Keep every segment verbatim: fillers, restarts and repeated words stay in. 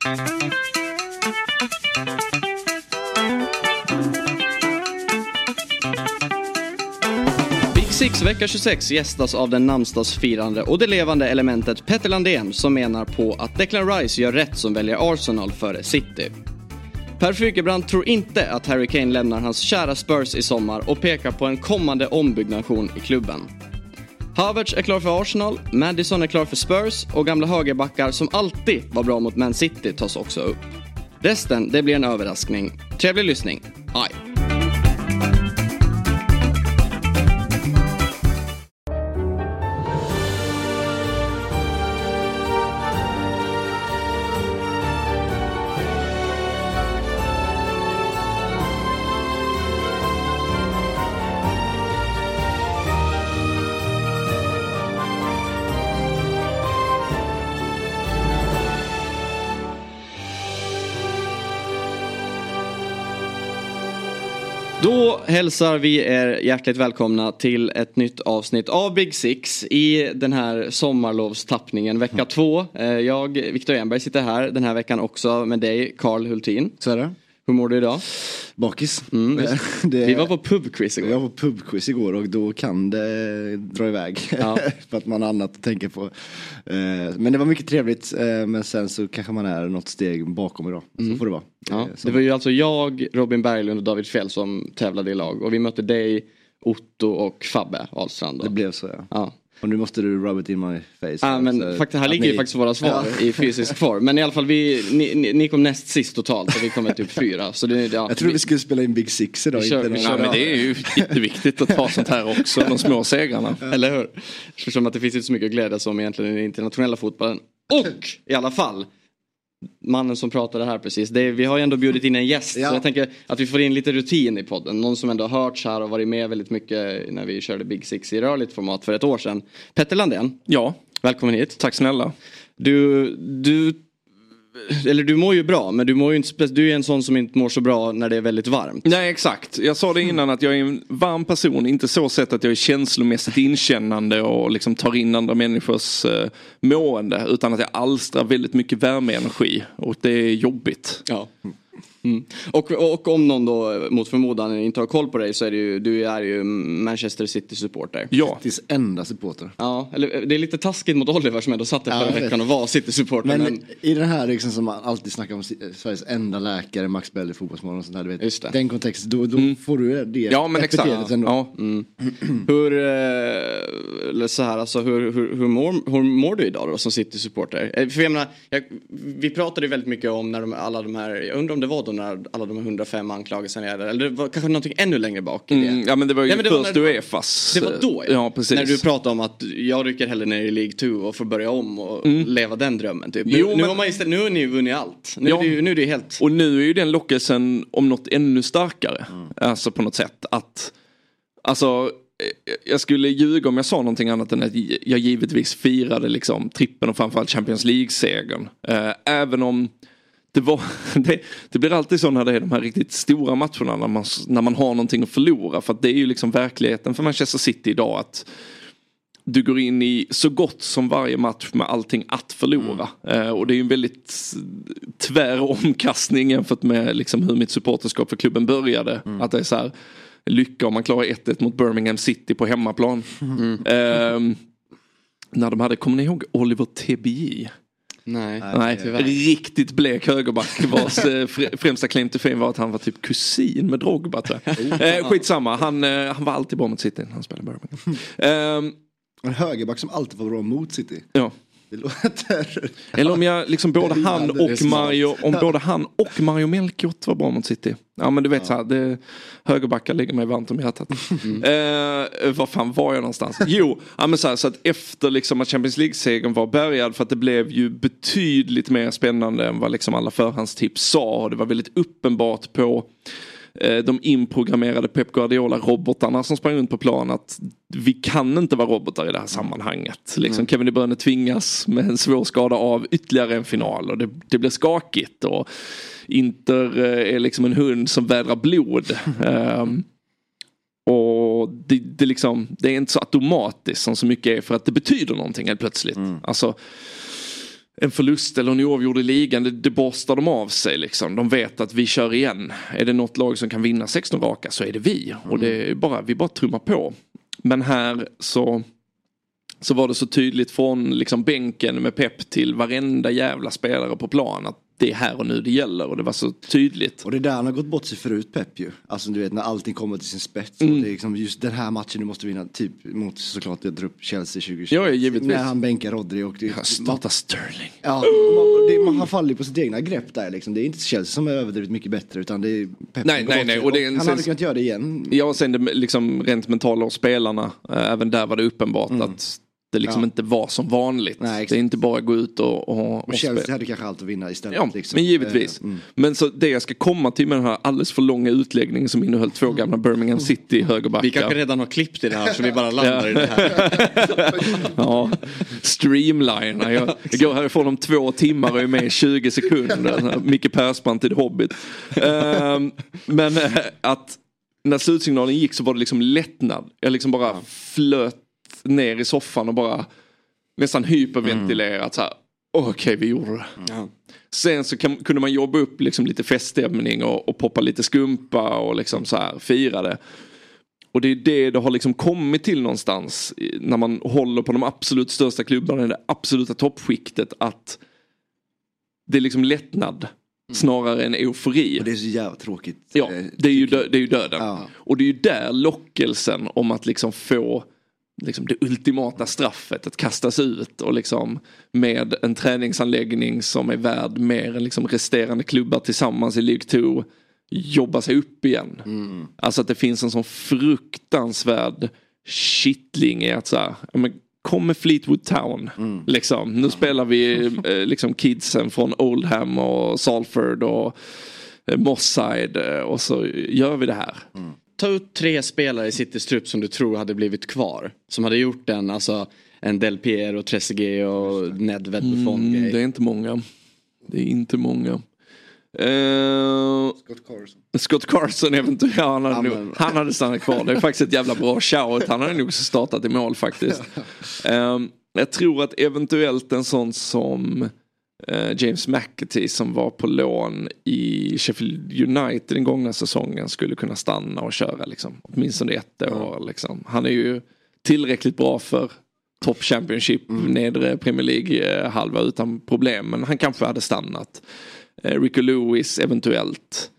Six vecka tjugosex gästas av den namnsdagsfirande och det levande elementet Petter Landén, som menar på att Declan Rice gör rätt som väljer Arsenal före City. Per Frykebrand tror inte att Harry Kane lämnar hans kära Spurs i sommar och pekar på en kommande ombyggnation i klubben. Havertz är klar för Arsenal, Maddison är klar för Spurs och gamla högerbackar som alltid var bra mot Man City tas också upp. Resten, det blir en överraskning. Trevlig lyssning. Aj. Då hälsar vi er hjärtligt välkomna till ett nytt avsnitt av Big Six i den här sommarlovstappningen, vecka två. Jag, Viktor Enberg, sitter här den här veckan också med dig, Carl Hultin. Så är det. Hur mår du idag? Bakis. Mm, det... Vi var på pubquiz igår. Vi var på pubquiz igår och då kan det dra iväg. Ja. För att man har annat att tänka på. Men det var mycket trevligt. Men sen så kanske man är något steg bakom idag. Så får det vara. Ja. Det var ju alltså jag, Robin Berglund och David Fjell som tävlade i lag. Och vi mötte dig, Otto och Fabbe Ahlstrand. Det blev så, ja. Ja. Och nu måste du rub it in my face. Ja, men så, faktiskt, här ligger ni... ju faktiskt våra svar ja. i fysisk form. Men i alla fall, vi, ni, ni kom näst sist totalt och vi kom med typ fyra. Så det, ja, jag tror vi, vi skulle spela in Big Six idag. Kör, inte ja, men det är ju jätteviktigt att ta sånt här också, de små segrarna. Ja. Eller hur? Eftersom att det finns inte så mycket att glädja som egentligen i den internationella fotbollen. Och i alla fall, mannen som pratade här precis, det är, vi har ju ändå bjudit in en gäst. Ja. Så jag tänker att vi får in lite rutin i podden. Någon som ändå har hört här och varit med väldigt mycket när vi körde Big Six i rörligt format för ett år sedan. Petter Landén. Ja. Välkommen hit. Tack snälla. Du, du, eller du mår ju bra, men du mår ju inte, du är en sån som inte mår så bra när det är väldigt varmt. Nej, exakt. Jag sa det innan att jag är en varm person, inte så sett att jag är känslomässigt inkännande och liksom tar in andra människors eh, mående, utan att jag alstrar väldigt mycket värmeenergi och det är jobbigt. Ja. Mm. Och, och om någon då mot förmodan inte har koll på dig så är det ju, du är ju Manchester City-supporter. Ja. City's enda supporter. Ja, eller det är lite taskigt mot Oliver som ändå satt där förra ja, veckan och var City-supporter. Men, men i den här liksom som man alltid snackar om Sveriges enda läkare, Max Bell i fotbollsmål och sånt här, du vet. Just det. Den kontexten, då, då mm. får du det. Ja, men exakt. Ändå. Ja. Mm. hur, eller så här, alltså, hur, hur, hur, mår, hur mår du idag då som City-supporter? För jag menar, jag, vi pratade väldigt mycket om när de, alla de här, jag undrar om det var då när alla de hundrafem anklagelserna är där, eller det var kanske någonting ännu längre bak i det. Mm, ja, men det var ju ja, det först var Uefas. Det var då, ja. Ja, precis. När du pratade om att jag rycker hellre ner i League två och får börja om och mm. leva den drömmen typ. Jo, nu, men... nu, har man istället, nu har ni vunnit allt. Nu, ja. är det, nu är det helt... Och nu är ju den lockelsen om något ännu starkare. Mm. Alltså på något sätt. Att, alltså, jag skulle ljuga om jag sa någonting annat än att jag givetvis firade liksom trippen och framförallt Champions League-segern. Äh, även om Det, var, det, det blir alltid så när det är de här riktigt stora matcherna när man, när man har någonting att förlora. För att det är ju liksom verkligheten för Manchester City idag att du går in i så gott som varje match med allting att förlora. Mm. Eh, och det är ju en väldigt tvär omkastning jämfört med liksom hur mitt supporterskap för klubben började. Mm. Att det är så här, lycka om man klarar ett ett mot Birmingham City på hemmaplan. Mm. Eh, när de hade, kommer ni ihåg Oliver T B J? Nej, Nej riktigt blek högerback vars främsta claim to fame var att han var typ kusin med Drogba. eh, skitsamma, han, eh, han var alltid bra mot City. Han spelade Birmingham. Eh, en högerback som alltid var bra mot City. Ja. Det låter... Eller om jag liksom både han och Mario om både han och Mario Melchiot var bra mot City. Ja, men du vet ja. så här, det, högerbackar ligger mig varmt om hjärtat. Mm. Eh, vad fan var jag någonstans? Jo, ja, men så, här, så att efter liksom att Champions League-segern var bärgad, för att det blev ju betydligt mer spännande än vad liksom alla förhandstips sa. Och det var väldigt uppenbart på de inprogrammerade Pep Guardiola-robotarna som sprang runt på plan att vi kan inte vara robotar i det här sammanhanget. Liksom, mm. Kevin De Bruyne tvingas med en svår skada av ytterligare en final och det, det blir skakigt och Inter är liksom en hund som vädrar blod. um, och det, det, liksom, det är inte så automatiskt som så mycket är för att det betyder någonting helt plötsligt. Mm. Alltså en förlust eller en oavgjord i ligan, det, det borstar de av sig liksom. De vet att vi kör igen. Är det något lag som kan vinna sexton raka så är det vi. Mm. Och det är bara, vi bara trummar på. Men här så, så var det så tydligt från liksom bänken med Pep till varenda jävla spelare på plan att det är här och nu det gäller, och det var så tydligt. Och det där han har gått bort sig förut, Pep ju. Alltså du vet, när allting kommer till sin spets. Mm. Och det är liksom just den här matchen du måste vinna, typ mot såklart jag drar upp Chelsea tjugo tjugo. Ja, givetvis. När han bänkar Rodri och det, jag startar Sterling. Ja, man, det, man har fallit på sitt egna grepp där liksom. Det är inte Chelsea som är överdrivet mycket bättre, utan det är Pep. Nej, nej, nej. Och det är en, han hade kunnat göra det igen. Ja, och sen det liksom rent mentala och spelarna, äh, även där var det uppenbart mm. att det liksom ja. inte var som vanligt. Nej, det är inte bara gå ut och, och, och, och Chelsea hade kanske allt att vinna istället. Ja, liksom. men givetvis. Mm. Men så det jag ska komma till med den här alldeles för långa utläggningen som innehöll två gamla Birmingham City högerbackar. Vi kanske redan har klippt i det här så vi bara landar ja. i det här. Ja, streamliner. Jag, jag går härifrån om två timmar och är med i tjugo sekunder. Micke Persbrandt till The Hobbit. Uh, men uh, att när slutsignalen gick så var det liksom lättnad. Jag liksom bara ja. flöt ner i soffan och bara nästan hyperventilerat mm. så här, okej okay, vi gjorde det. Mm. Sen så kan, kunde man jobba upp liksom lite feststämning och, och poppa lite skumpa och liksom så här fira det. Och det är det det har liksom kommit till någonstans när man håller på de absolut största klubbarna i det absoluta toppskiktet, att det är liksom lättnad mm. snarare än eufori. Och det är så jävla tråkigt. Ja, det är ju, dö- det är ju döden. Ja. Och det är ju där lockelsen om att liksom få liksom det ultimata straffet att kastas ut och liksom med en träningsanläggning som är värd mer än liksom resterande klubbar tillsammans i League två jobba sig upp igen. Mm. Alltså att det finns en sån fruktansvärd kittling i att så här, men kom med Fleetwood Town mm. liksom. Nu spelar vi eh, liksom kidsen från Oldham och Salford och eh, Mosside eh, och så gör vi det här. Mm. Ta ut tre spelare i Citys trupp som du tror hade blivit kvar. Som hade gjort den, alltså en Del Piero, Trezeguet och Nedved Buffon. Mm, det är inte många. Det är inte många. Uh, Scott Carson. Scott Carson eventuellt. Ja, han, hade nog, han hade stannat kvar. Det är faktiskt ett jävla bra shout. Han hade nog startat i mål faktiskt. Uh, jag tror att eventuellt en sån som Uh, James McAtee som var på lån i Sheffield United den gångna säsongen skulle kunna stanna och köra liksom, åtminstone ett år. Mm. Liksom. Han är ju tillräckligt bra för top championship, mm. nedre Premier League uh, halva utan problem, men han kanske hade stannat. uh, Rico Lewis eventuellt.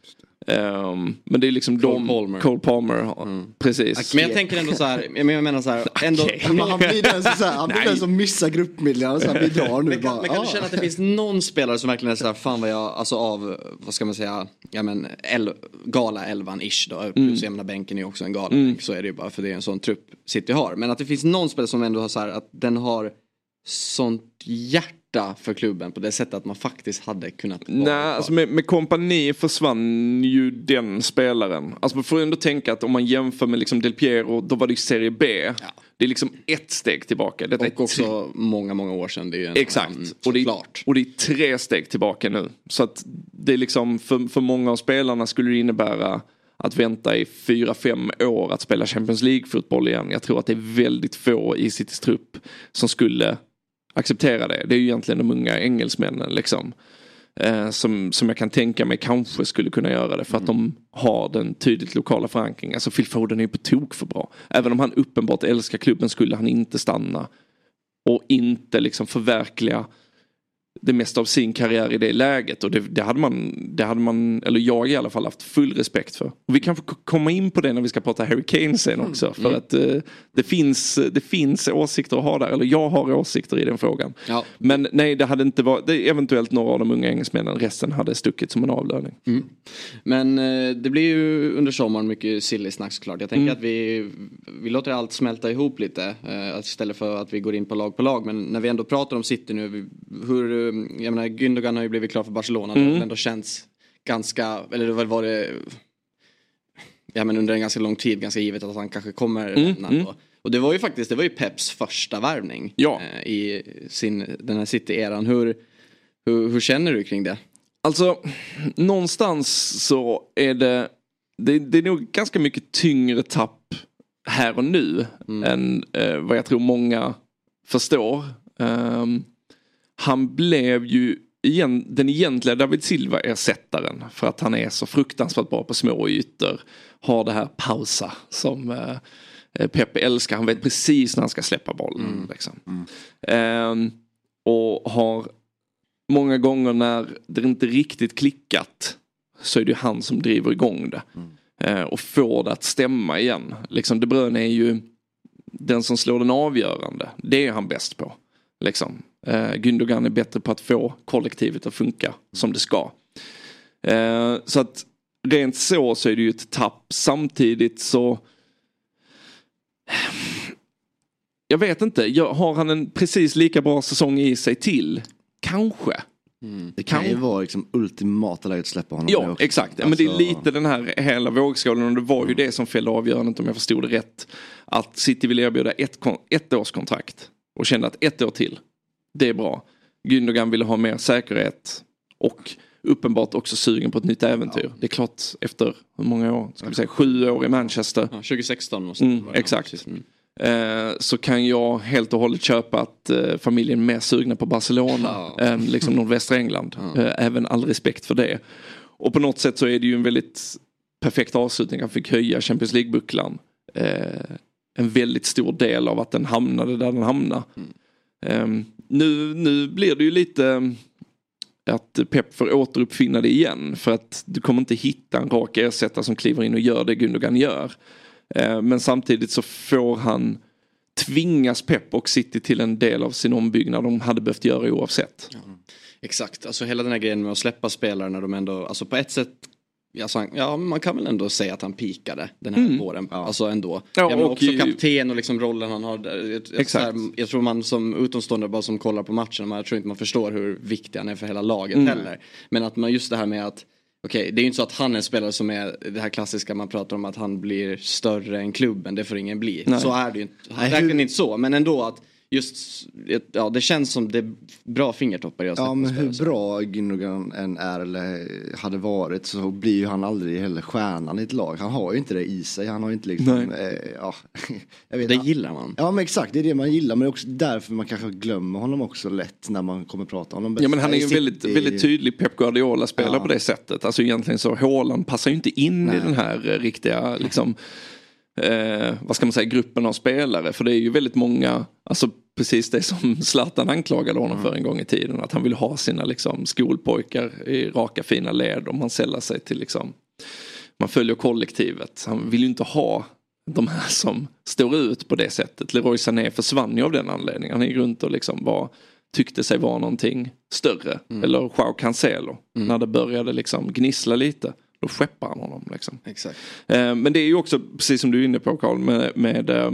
Um, men det är liksom Cole de, Palmer. Cole Palmer, mm. precis. Men jag tänker ändå så här, men jag menar så här, ändå, okay. han blir den som, så här, han blir den som missar gruppmedlemmarna så han bidrar nu. Men kan, bara, men kan ah. du känna att det finns någon spelare som verkligen är så här, fan vad jag, alltså av, vad ska man säga, ja men el, gala elvan ish då, plus mm. jag menar bänken är ju också en gala mm. så är det ju bara för det är en sån trupp City har. Men att det finns någon spelare som ändå har så här, att den har sånt hjärta för klubben på det sättet att man faktiskt hade kunnat vara. Nej, alltså med, med kompani försvann ju den spelaren. Alltså man får ändå tänka att om man jämför med liksom Del Piero, då var det ju Serie B. Ja. Det är liksom ett steg tillbaka. Det och är också tre... många, många år sedan. Det är ju en exakt. Annan, och, det är, och det är tre steg tillbaka nu. Så att det är liksom för, för många av spelarna skulle det innebära att vänta i fyra, fem år att spela Champions League-fotboll igen. Jag tror att det är väldigt få i Citys trupp som skulle acceptera det. Det är ju egentligen de unga engelsmännen liksom. Eh, som, som jag kan tänka mig kanske skulle kunna göra det. För att de har den tydligt lokala förankringen. Alltså Phil Foden är ju på tok för bra. Även om han uppenbart älskar klubben skulle han inte stanna. Och inte liksom förverkliga det mesta av sin karriär i det läget. Och det, det, hade man, det hade man, eller jag i alla fall, haft full respekt för. Och vi kan få komma in på det när vi ska prata Harry Kane sen också. Mm. För mm. att uh, det, finns, det finns åsikter att ha där. Eller jag har åsikter i den frågan. Ja. Men nej, det hade inte varit, det är eventuellt några av de unga engelsmännen. Resten hade stuckit som en avlöning. Mm. Men uh, det blir ju under sommaren mycket silly snack såklart. Jag tänker mm. att vi, vi låter allt smälta ihop lite. Uh, istället för att vi går in på lag på lag. Men när vi ändå pratar om City nu, vi, hur jag menar, Gündogan har ju blivit klar för Barcelona. Mm. Det har ändå känts ganska, eller det var det ja, men under en ganska lång tid ganska givet att han kanske kommer mm. lämna mm. Och det var ju faktiskt, det var ju Peps första värvning ja. eh, i sin, den här City-eran. Hur, hur, hur känner du kring det? Alltså, någonstans så är det, det, det är nog ganska mycket tyngre tapp här och nu mm. än eh, vad jag tror många förstår. Um, han blev ju igen, den egentliga David Silva-ersättaren för att han är så fruktansvärt bra på små ytor. Har det här pausa som eh, Pep älskar. Han vet precis när han ska släppa bollen. Mm. Liksom. Mm. Eh, och har många gånger när det inte riktigt klickat så är det han som driver igång det. Mm. Eh, och får det att stämma igen. Liksom, De Bruyne är ju den som slår den avgörande. Det är han bäst på. Liksom. Eh, Gündogan är bättre på att få kollektivet att funka som det ska. Eh, så att rent så så är det ju ett tapp. Samtidigt så jag vet inte. Jag, har han en precis lika bra säsong i sig till? Kanske. Mm. Det kan ju vara liksom ultimata läget att släppa honom. Ja, exakt. Alltså... Men det är lite den här hela vågskålen. Och det var ju det som fällde avgörandet, om jag förstod det rätt. Att City ville erbjuda ett, ett års kontrakt. Och kände att ett år till, det är bra. Gündogan ville ha mer säkerhet. Och uppenbart också sugen på ett nytt äventyr. Ja. Det är klart efter hur många år? Ska vi säga sju år i Manchester. Ja, tjugohexton måste mm, exakt. Mm. Eh, så kan jag helt och hållet köpa att eh, familjen är mer sugna på Barcelona ja. än liksom nordvästra England. Ja. Eh, även all respekt för det. Och på något sätt så är det ju en väldigt perfekt avslutning. Han fick höja Champions League-bucklan. Eh, en väldigt stor del av att den hamnade där den hamnade. Mm. Eh, nu, nu blir det ju lite att Pep får återuppfinna det igen. För att du kommer inte hitta en rak ersättare som kliver in och gör det Gündogan gör. Men samtidigt så får han tvingas Pep och City till en del av sin ombyggnad de hade behövt göra oavsett. Ja, exakt, alltså hela den här grejen med att släppa spelare när de ändå, alltså på ett sätt, alltså, ja man kan väl ändå säga att han pikade den här mm. våren, ja. Alltså ändå. Ja, och också kapten och liksom rollen han har. Exakt. Här, jag tror man som utomstående bara som kollar på matchen, man, jag tror inte man förstår hur viktig han är för hela laget mm. heller. Men att man just det här med att okej, okay, det är ju inte så att han är en spelare som är det här klassiska man pratar om att han blir större än klubben, det får ingen bli. Nej. Så är det ju inte. Han räknar hur... inte så, men ändå att just, ja det känns som det är bra fingertoppar. Jag ja, men hur bra Gündogan än är eller hade varit så blir ju han aldrig heller stjärnan i ett lag. Han har ju inte det i sig, han har ju inte liksom, eh, ja. Jag vet, det han, gillar man. Ja men exakt, det är det man gillar, men det är också därför man kanske glömmer honom också lätt när man kommer prata om honom. Ja men han är ju väldigt, i... väldigt tydlig Pep Guardiola-spelare ja. På det sättet. Alltså egentligen så Haaland passar ju inte in Nej. I den här riktiga liksom Eh, vad ska man säga, gruppen av spelare, för det är ju väldigt många, alltså precis det som Zlatan anklagade honom mm. för en gång i tiden, att han vill ha sina liksom skolpojkar i raka fina led och man säljer sig till liksom, man följer kollektivet. Han vill ju inte ha de här som står ut på det sättet. Leroy Sané försvann ju av den anledningen. Han gick runt och liksom var, tyckte sig vara någonting större mm. eller Joao Cancelo mm. när det började liksom gnissla lite. Då skeppar han honom liksom. Exakt. Eh, men det är ju också, precis som du är inne på Carl, med, med, eh,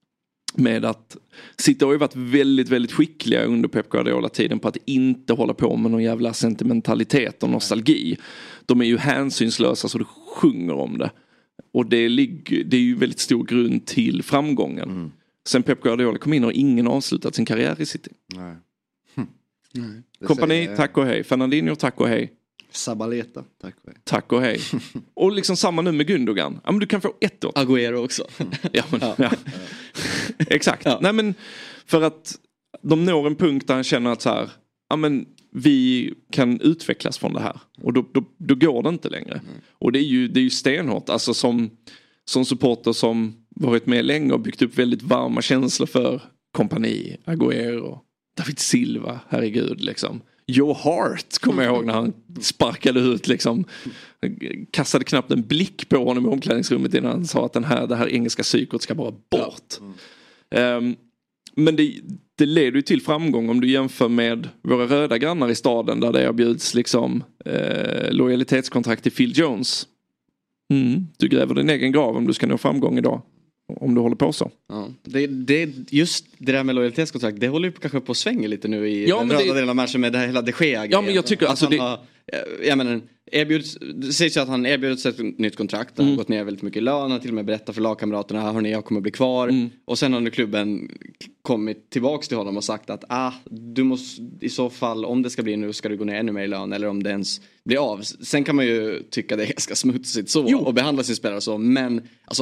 med att City har ju varit väldigt, väldigt skickliga under Pep Guardiola-tiden på att inte hålla på med någon jävla sentimentalitet och nostalgi. De är ju hänsynslösa så du sjunger om det. Och det, ligger, det är ju väldigt stor grund till framgången. Mm. Sen Pep Guardiola kom in och ingen avslutat sin karriär i City. Nej. Hm. Nej. Kompani, säger... tack och hej. Fernandinho, tack och hej. Sabaleta, tack och hej. Tack och hej. Och liksom samma nu med Gündogan. Ja men du kan få ett år. Agüero också. ja men ja. ja. Exakt. Ja. Nej men för att de når en punkt där han känner att så här, ja men vi kan utvecklas från det här. Och då, då, då går det inte längre. Mm. Och det är ju, det är ju stenhårt. Alltså som, som supporter som varit med länge och byggt upp väldigt varma känslor för Kompani, Agüero, David Silva, herregud liksom. Joe Hart kommer jag ihåg när han sparkade ut liksom, kastade knappt en blick på honom i omklädningsrummet innan han sa att den här, det här engelska psykot ska bara bort. Mm. Um, men det, det leder ju till framgång om du jämför med våra röda grannar i staden där det erbjuds liksom eh, lojalitetskontrakt till Phil Jones. Mm, du gräver din egen grav om du ska nå framgång idag. Om du håller på så. Ja. Det, det, just det där med lojalitetskontrakt, det håller ju kanske på att svänga lite nu i ja, den röda det... delen av matchen med det här hela de Gea. Ja, men jag tycker att alltså det... har, jag menar, erbjuds, det sägs ju att han erbjuds ett nytt kontrakt. Han mm. har gått ner väldigt mycket i lön. Han har till och med berättat för lagkamraterna, hörni, jag kommer bli kvar. Mm. Och sen har nu klubben kommit tillbaks till honom och sagt att ah, du måste i så fall, om det ska bli nu, ska du gå ner ännu mer i lön. Eller om det ens blir av. Sen kan man ju tycka det är ganska smutsigt så. Jo. Och behandla sin spelare så. Men alltså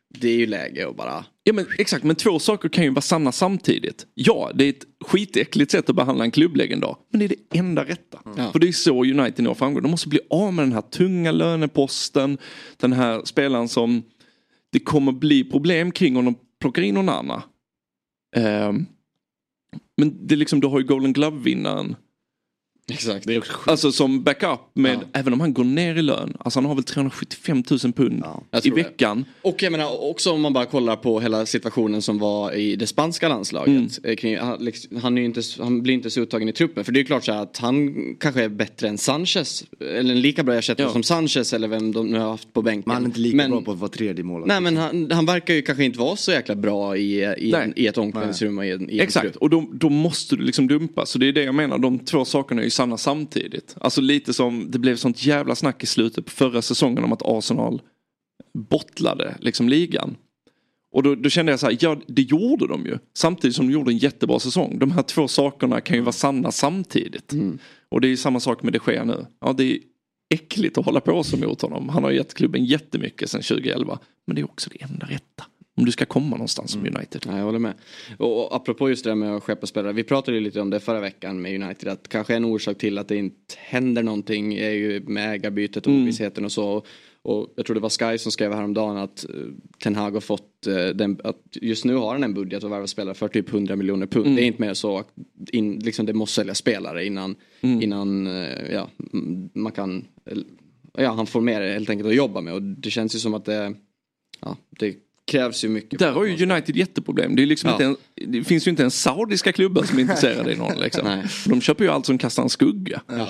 det är ju läge och bara... Ja men exakt, men två saker kan ju vara sanna samtidigt. Ja, det är ett skitäckligt sätt att behandla en klubblegendar. Men det är det enda rätta. Mm. För det är så United når framgång. De måste bli av med den här tunga löneposten. Den här spelaren som det kommer bli problem kring om de plockar in någon annan. Um, men det är liksom, du har ju Golden Glove-vinnaren. Exakt, det är också sjukt. Alltså som backup med, ja. även om han går ner i lön. Alltså han har väl trehundrasjuttiofem tusen pund ja, i veckan. Det. Och jag menar också om man bara kollar på hela situationen som var i det spanska landslaget. Mm. Han, liksom, han, är inte, han blir inte så uttagen i truppen. För det är klart så här att han kanske är bättre än Sanchez. Eller en lika bra ersättare ja. som Sanchez eller vem de nu har haft på bänken. Men han är inte lika men, bra på att vara tredje mål. Nej men han, han verkar ju kanske inte vara så jäkla bra i, i, en, i ett omklädningsrum. Och i, i Exakt, och då, då måste du liksom dumpa. Så det är det jag menar, de två sakerna är ju sanna samtidigt. Alltså lite som det blev sånt jävla snack i slutet på förra säsongen om att Arsenal bottlade liksom ligan. Och då, då kände jag så här, ja det gjorde de ju. Samtidigt som de gjorde en jättebra säsong. De här två sakerna kan ju vara sanna samtidigt. Mm. Och det är ju samma sak med De Gea nu. Ja det är äckligt att hålla på så mot honom. Han har gett klubben jättemycket sedan tjugoelva. Men det är också det enda rätta. Om du ska komma någonstans som United. Ja, jag håller med. Och, och apropå just det där med att skeppa spelare. Vi pratade ju lite om det förra veckan med United. Att kanske en orsak till att det inte händer någonting är ju med ägarbytet och ovissheten mm. och så. Och jag tror det var Sky som skrev häromdagen att uh, Ten Hag har fått uh, den, att just nu har han en budget att värva spelare för typ hundra miljoner pund. Mm. Det är inte mer så in, liksom det måste sälja spelare innan, mm. innan uh, ja, man kan ja, han får mer helt enkelt att jobba med. Och det känns ju som att det, ja, det krävs ju mycket. Där har ju United jätteproblem. Det, är liksom ja. inte en, det finns ju inte en saudiska klubbar som är intresserade i någon. Liksom. De köper ju allt som kastar en skugga. Ja.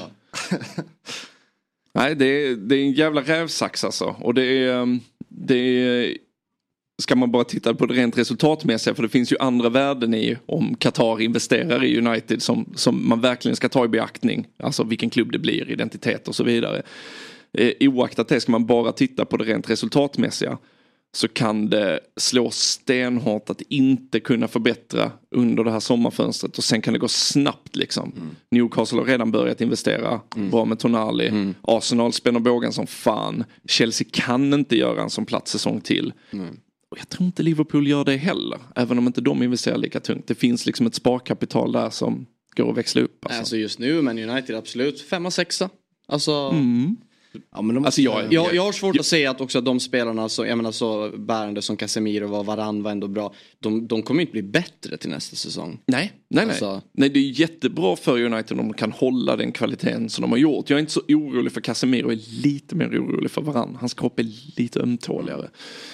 Nej, det är, det är en jävla rävsax alltså. Och det är, det är... Ska man bara titta på det rent resultatmässiga. För det finns ju andra värden i om Qatar investerar i United som, som man verkligen ska ta i beaktning. Alltså vilken klubb det blir, identitet och så vidare. Eh, oaktat det ska man bara titta på det rent resultatmässiga. Så kan det slå stenhårt att inte kunna förbättra under det här sommarfönstret. Och sen kan det gå snabbt liksom. Mm. Newcastle har redan börjat investera. Mm. Bra med Tonali. Mm. Arsenal spänner bågen som fan. Chelsea kan inte göra en sån platssäsong till. Mm. Och jag tror inte Liverpool gör det heller. Även om inte de investerar lika tungt. Det finns liksom ett sparkapital där som går att växla upp. Alltså, alltså just nu, men United absolut femma, sexa. Alltså... Mm. Ja, men de, alltså jag, jag, jag har svårt jag, att säga att också de spelarna så, jag menar så bärande som Casemiro var, Varane var ändå bra. De, de kommer inte bli bättre till nästa säsong. Nej, nej, alltså, nej. nej. Det är jättebra för United om de kan hålla den kvaliteten som de har gjort. Jag är inte så orolig för Casemiro, jag är lite mer orolig för Varane. Hans kropp är lite ömtåligare.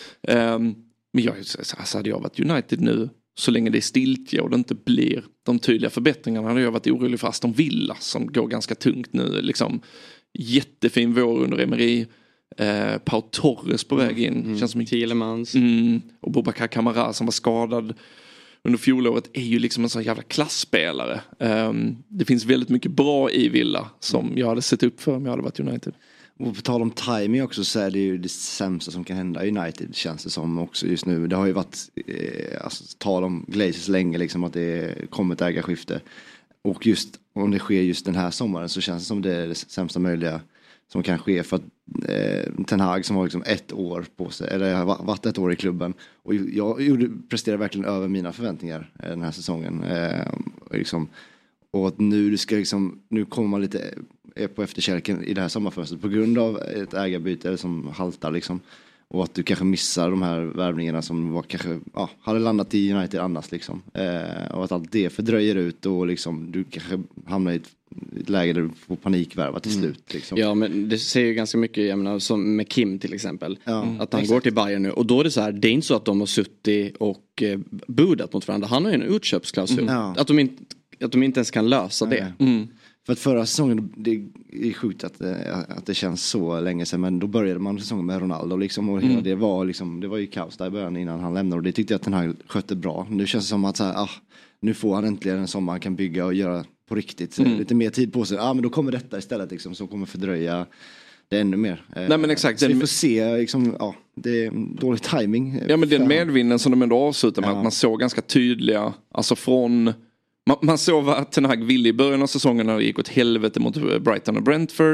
Um, men jag, alltså hade jag varit United nu så länge det är stiltje och det inte blir de tydliga förbättringarna hade jag varit orolig för Aston Villa som går ganska tungt nu liksom. Jättefin vår under Emery. Eh, Pau Torres på väg in. Mm. Känns som Tielemans. Mm, och Boubacar Kamara som var skadad under fjolåret är ju liksom en sån jävla klassspelare. Um, det finns väldigt mycket bra i Villa som jag hade sett upp för om jag hade varit United. Och på tal om timing också så är det ju det sämsta som kan hända i United känns det som också just nu. Det har ju varit eh, alltså, tal om Glazers länge liksom att det kommer ett ägarskifte. Och just om det sker just den här sommaren så känns det som det är det sämsta möjliga som kan ske för att eh, Ten Hag som har liksom ett år på sig, eller har varit ett år i klubben och jag gjorde, presterade verkligen över mina förväntningar eh, den här säsongen eh, och, liksom, och att nu det ska liksom, nu kommer man lite är på efterkälken i det här sommarfönstret på grund av ett ägarbyte som haltar liksom. Och att du kanske missar de här värvningarna som var kanske, ja, hade landat i United annars liksom. Eh, och att allt det fördröjer ut och liksom, du kanske hamnar i ett, ett läge där du får panikvärva till slut. Mm. Liksom. Ja, men det ser ju ganska mycket, jag menar, som med Kim till exempel. Ja, att han exakt. går till Bayern nu. Och då är det så här, det är inte så att de har suttit och eh, budat mot varandra. Han har ju en utköpsklausul. Mm. Ja. Att, de inte, att de inte ens kan lösa det. Mm. För att förra säsongen, det är sjukt att, att det känns så länge sedan, men då började man säsongen med Ronaldo liksom, och mm. det var liksom, det var ju kaos där i början innan han lämnade och det tyckte jag att den här skötte bra. Nu känns det som att så här, ah, nu får han äntligen en sommar han kan bygga och göra på riktigt. Mm. Lite mer tid på sig. Ja, ah, men då kommer detta istället liksom, som kommer fördröja det ännu mer. Nej, men exakt. Så vi får se liksom, ja, det är dålig timing. Ja, men den medvinnen som de ändå avslutar med, ja. Att man såg ganska tydliga, alltså från Man, man såg vad Ten Hag ville i början av säsongen när det gick åt helvete mot Brighton och Brentford.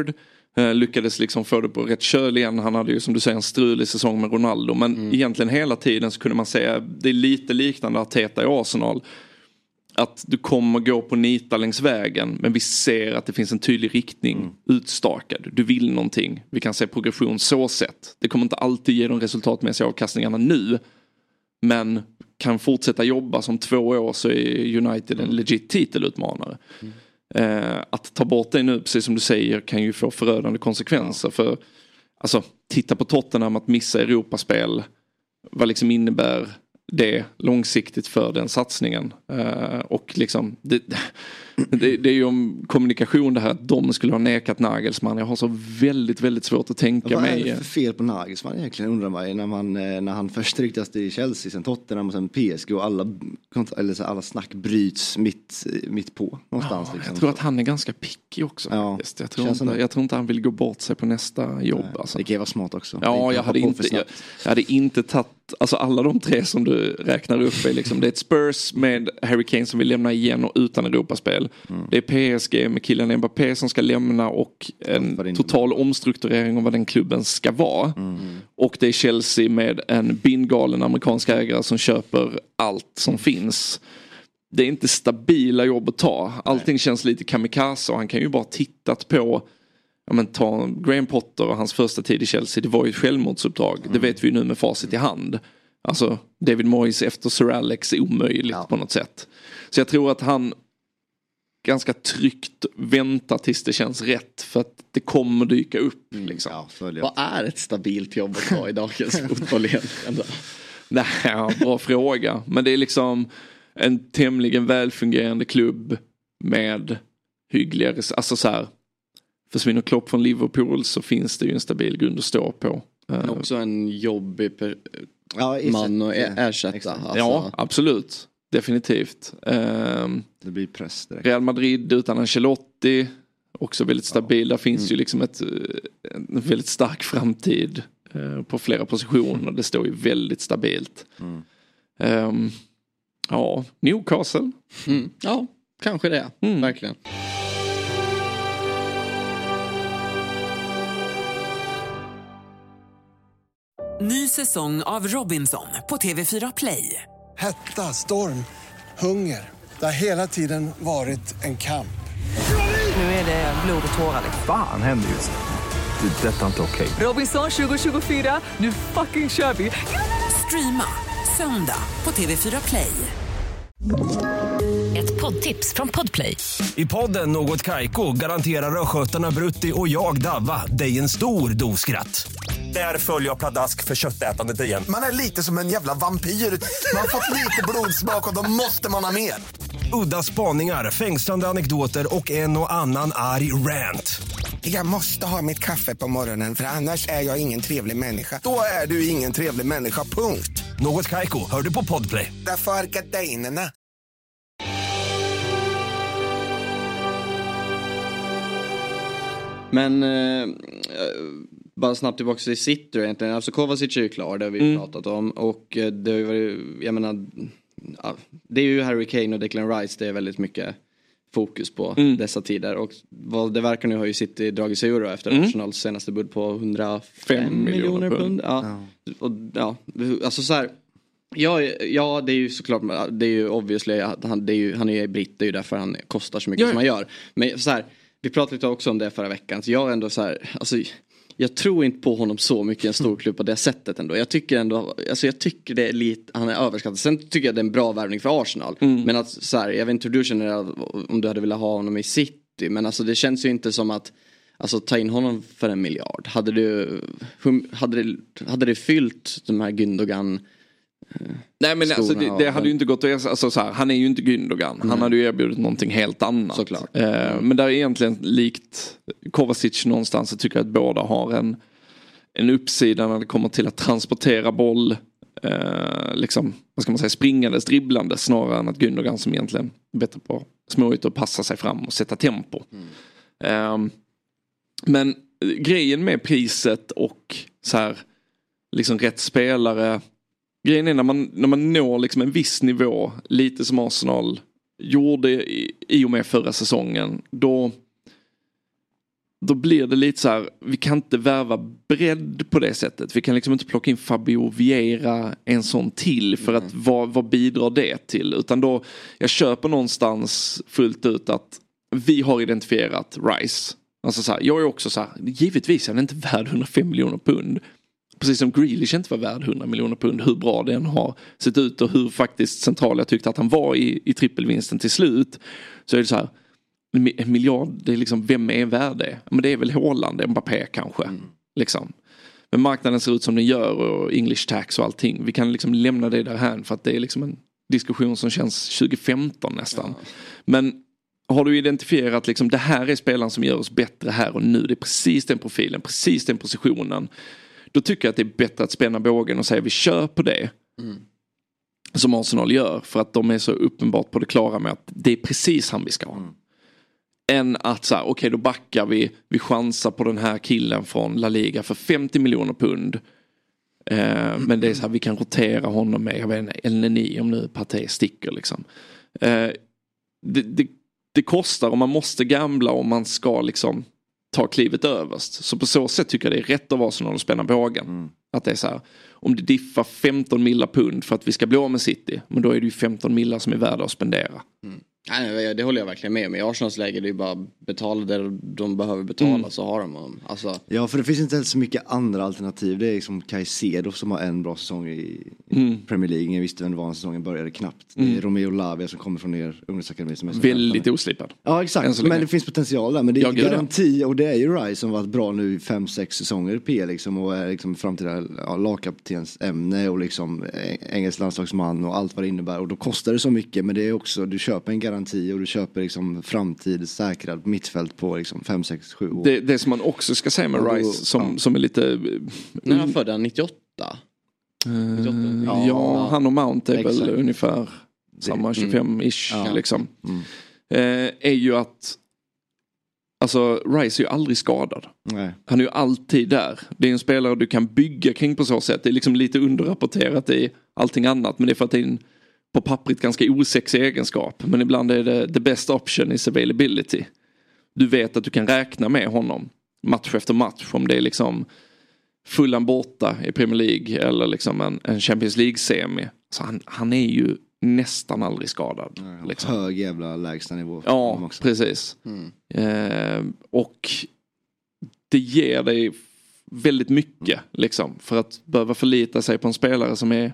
Uh, lyckades liksom få det på rätt köl igen. Han hade ju som du säger en strulig säsong med Ronaldo. Men mm. egentligen hela tiden så kunde man säga det är lite liknande Arteta i Arsenal. Att du kommer gå på nita längs vägen. Men vi ser att det finns en tydlig riktning mm. utstakad. Du vill någonting. Vi kan se progression så sett. Det kommer inte alltid ge de resultatmässiga avkastningarna nu. Men kan fortsätta jobba som två år så är United en legit titelutmanare. Mm. Eh, att ta bort det nu, precis som du säger, kan ju få förödande konsekvenser. Ja. För alltså, titta på Tottenham att missa Europaspel. Vad liksom innebär det långsiktigt för den satsningen? Eh, och liksom det, det, det är ju om kommunikation det här att de skulle ha nekat Nagelsmann. Jag har så väldigt, väldigt svårt att tänka mig. Vad är det för fel på Nagelsmann egentligen, undrar man, när, man, när han först ryktades till Chelsea, sen Tottenham och sen P S G och alla, eller så, alla snack bryts mitt, mitt på någonstans. Ja, liksom. Jag tror att han är ganska picky också. Ja, jag, tror inte, jag tror inte han vill gå bort sig på nästa jobb. Alltså. Det kan vara smart också. Ja, jag hade, inte, jag, jag hade inte tagit, alltså alla de tre som du räknar upp är liksom, det är ett Spurs med Harry Kane som vill lämna igen och utan Europaspel. Mm. Det är P S G med Kylian Mbappé som ska lämna och en total omstrukturering av vad den klubben ska vara. Mm. Och det är Chelsea med en bindgalen amerikansk ägare som köper allt som finns. Det är inte stabila jobb att ta. Allting Nej. Känns lite kamikaze och han kan ju bara tittat på, ja men ta Graham Potter och hans första tid i Chelsea, det var ju ett självmordsuppdrag. Mm. Det vet vi ju nu med facit i hand. Alltså David Moyes efter Sir Alex är omöjligt ja. På något sätt. Så jag tror att han ganska tryggt väntar tills det känns rätt, för att det kommer dyka upp. Liksom. Ja, vad är ett stabilt jobb att ta i dagens fotboll egentligen? Nej, ja, bra fråga. Men det är liksom en tämligen välfungerande klubb med hyggligare, alltså så här, försvinner Klopp från Liverpool så finns det ju en stabil grund att stå på. Men också en jobbig per- ja, man att ersätta. Alltså. Ja, absolut. Definitivt. Um, det blir press direkt. Real Madrid utan Ancelotti, också väldigt stabil. Ja. Där finns mm. ju liksom ett, en väldigt stark framtid uh, på flera positioner. Mm. Det står ju väldigt stabilt. Mm. Um, ja, Newcastle. Mm. Ja, kanske det. Mm. Verkligen. Ny säsong av Robinson på T V fyra Play. Hetta, storm, hunger. Det har hela tiden varit en kamp. Nu är det blod och tårar. Fan händer just det. Det är detta inte okej. Okay. Robinson tjugo tjugofyra, nu fucking kör vi. Streama söndag på T V fyra Play. Ett poddtips från Podplay. I podden Något Kaiko garanterar röskötarna Brutti och jag Davva dig en stor doskratt. Där följer jag pladask för köttätandet igen. Man är lite som en jävla vampyr. Man har fått lite blodsmak och då måste man ha mer. Udda spaningar, fängslande anekdoter och en och annan arg rant. Jag måste ha mitt kaffe på morgonen för annars är jag ingen trevlig människa. Då är du ingen trevlig människa, punkt. Något Kaiko, hör du på Podplay. Därför är gardinerna. Men eh, bara snabbt tillbaka till City egentligen. Alltså Kovacic är ju klar, det har vi mm. pratat om. Och det har ju varit, jag menar, det är ju Harry Kane och Declan Rice, det är väldigt mycket fokus på mm. dessa tider. Och vad det verkar nu har ju City dragit sig ur efter mm. Arsenals senaste bud på hundrafem miljoner pund. Ja. Ja. Och, ja, alltså så här. Ja, ja, det är ju såklart, det är ju obviously att han, det är ju, han är ju britt, det är ju därför han kostar så mycket ja. Som han gör. Men så här, vi pratade lite också om det förra veckan. Så jag är ändå så här, alltså jag tror inte på honom så mycket i en stor klubb på det sättet ändå. Jag tycker ändå, alltså jag tycker det är lite, han är överskattad. Sen tycker jag det är en bra värvning för Arsenal. Mm. Men att så här, jag vet inte hur du känner om du hade velat ha honom i City. Men alltså det känns ju inte som att, alltså ta in honom för en miljard. Hade du, hade det, hade det fyllt de här Gündogan... Nej men alltså det, det hade ju inte gått att, alltså så här, han är ju inte Gündogan. Mm. Han hade ju erbjudit någonting helt annat. Såklart. Eh, men där är egentligen likt Kovacic någonstans, så tycker jag att båda har en en uppsida när det kommer till att transportera boll, eh, liksom, vad ska man säga, springandes, dribblandes, snarare än att Gündogan som egentligen är bättre på små ut och passa sig fram och sätta tempo. Mm. Eh, men grejen med priset och så här, liksom rätt spelare. Grejen är när man, när man når liksom en viss nivå, lite som Arsenal gjorde i, i och med förra säsongen, då, då blir det lite så här, vi kan inte värva bredd på det sättet. Vi kan liksom inte plocka in Fabio Vieira en sån till för att vad, vad bidrar det till? Utan då, jag köper någonstans fullt ut att vi har identifierat Rice. Alltså så här, jag är också så här, givetvis är han inte värd hundrafem miljoner pund. Precis som Grealish inte var värd hundra miljoner pund, hur bra den har sett ut och hur faktiskt central jag tyckte att han var i, i trippelvinsten till slut. Så är det så här, en miljard, det är liksom, vem är värd det? Men det är väl Haaland, Mbappé kanske. Mm. Liksom. Men marknaden ser ut som den gör och English tax och allting. Vi kan liksom lämna det där här för att det är liksom en diskussion som känns tjugo femton nästan. Ja. Men har du identifierat liksom, det här är spelaren som gör oss bättre här och nu. Det är precis den profilen, precis den positionen. Då tycker jag att det är bättre att spänna bågen och säga vi kör på det. Mm. Som Arsenal gör. För att de är så uppenbart på det klara med att det är precis han vi ska ha. Mm. Än att så här, okej okay, då backar vi. Vi chansar på den här killen från La Liga för femtio miljoner pund. Eh, mm. Men det är så här, vi kan rotera honom med, jag vet inte, L N I om nu Partey sticker liksom. Eh, det, det, det kostar och man måste gambla om man ska liksom ta klivet överst. Så på så sätt tycker jag det är rätt av Arsenal att spänna bågen. Mm. Att det är så här, om det diffar femton millar pund för att vi ska bli av med City, men då är det ju femton millar som är värda att spendera. Mm. Nej, det håller jag verkligen med om. I Arsenals läge det är ju bara betala det de behöver betala mm. så har de. Alltså... Ja, för det finns inte så mycket andra alternativ. Det är liksom Caicedo som har en bra säsong i mm. Premier League. Jag visste vem det var när säsongen började knappt. Mm. Det är Romeo Lavia som kommer från er ungdomsakademi som är väldigt oslipad. Ja, exakt. Men det finns potential där. Men det är ja, garanti. Och det är ju Rice som varit bra nu i fem, sex säsonger i P liksom. Och är liksom framtida ja, lagkaptens ämne och liksom engelsk landslagsman och allt vad det innebär. Och då kostar det så mycket. Men det är också, du köper en garanti och du köper liksom framtid säkrad mittfält på liksom fem, sex, sju år. Det, det som man också ska säga med Rice som, ja. som är lite... När han födde nittioåtta? Uh, nittioåtta. Ja, ja, han och Mount är exakt. Väl ungefär samma tjugofem-ish mm. liksom. Mm. Uh, är ju att alltså Rice är ju aldrig skadad. Nej. Han är ju alltid där. Det är en spelare du kan bygga kring på så sätt. Det är liksom lite underrapporterat i allting annat, men det är för att det är en på pappret ganska osexig egenskap. Men ibland är det the best option is availability. Du vet att du kan räkna med honom match efter match. Om det är liksom Fulham borta i Premier League eller liksom en, en Champions League-semi. Så han, han är ju nästan aldrig skadad. Ja, liksom. Hög jävla lägsta nivå. Ja, precis. Mm. Eh, och det ger dig väldigt mycket liksom, för att behöva förlita sig på en spelare som är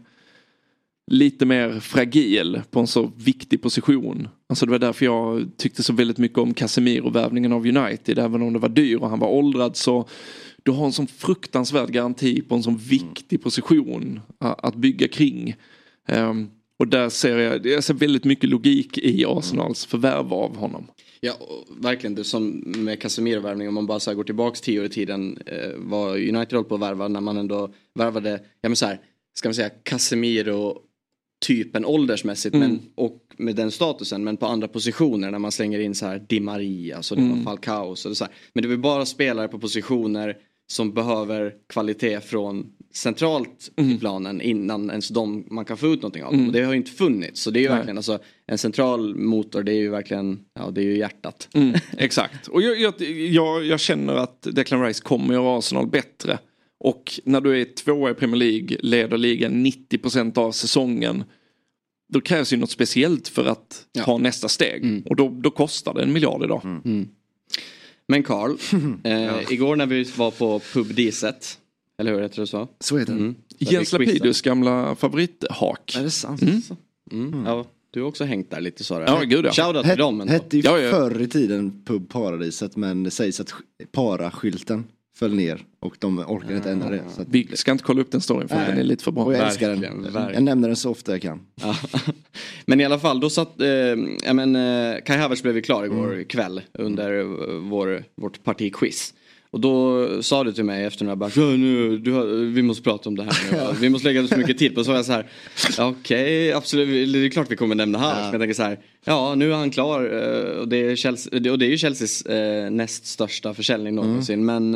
lite mer fragil på en så viktig position. Alltså det var därför jag tyckte så väldigt mycket om Casemiro-värvningen av United. Även om det var dyr och han var åldrad, så du har en sån fruktansvärd garanti på en sån viktig position att bygga kring. Um, och där ser jag, jag ser väldigt mycket logik i Arsenals förvärv av honom. Ja, verkligen. Det som med Casemiro-värvning, om man bara så här går tillbaka tio år i tiden, eh, var United håll på att värva när man ändå värvade, ja men så här, ska man säga Casemiro typen åldersmässigt mm. men, och med den statusen, men på andra positioner när man slänger in så här Di Maria, så det mm. var Falcao, så det så här. Men det var bara spelare på positioner som behöver kvalitet från centralt mm. i planen innan ens de, man kan få ut någonting av dem. Mm. Och det har ju inte funnits, så det är ju Nej. verkligen alltså, en central motor, det är ju verkligen, ja det är ju hjärtat. Mm. Exakt, och jag, jag, jag, jag känner att Declan Rice kommer göra Arsenal bättre. Och när du är tvåa i Premier League, leder ligan nittio procent av säsongen, då krävs ju något speciellt för att ja. ta nästa steg. Mm. Och då, då kostar det en miljard idag. Mm. Mm. Men Carl, eh, ja. igår när vi var på Pub Diset, eller hur heter det så? Så heter det. Mm. Jens Lapidus gamla favorithak. Är det sant? Mm. Mm. Mm. Ja, du har också hängt där lite så. Ja, gud ja. Shoutout till dem. Hette ju ja, ja. förr i tiden Pub Paradiset, men det sägs att para-skylten föll ner och de orkar inte ändra det. Så att... Vi ska inte kolla upp den storyn för Nej. den är lite för bra. Och jag älskar den. Verkligen. Jag nämner den så ofta jag kan. Ja. Men i alla fall, då satt eh, men, eh, Kai Havertz blev vi klar igår mm. kväll under vår, vårt partiquiz. Och då sa du till mig efter några bara, nu, du har, vi måste prata om det här nu. Vi måste lägga så mycket tid på. Så var jag så här, okej, okay, absolut, det är klart vi kommer nämna här. Ja. Men jag tänker så här, ja nu är han klar. Och det är, Chelsea, och det är ju Chelseas eh, näst största försäljning någonsin. Mm.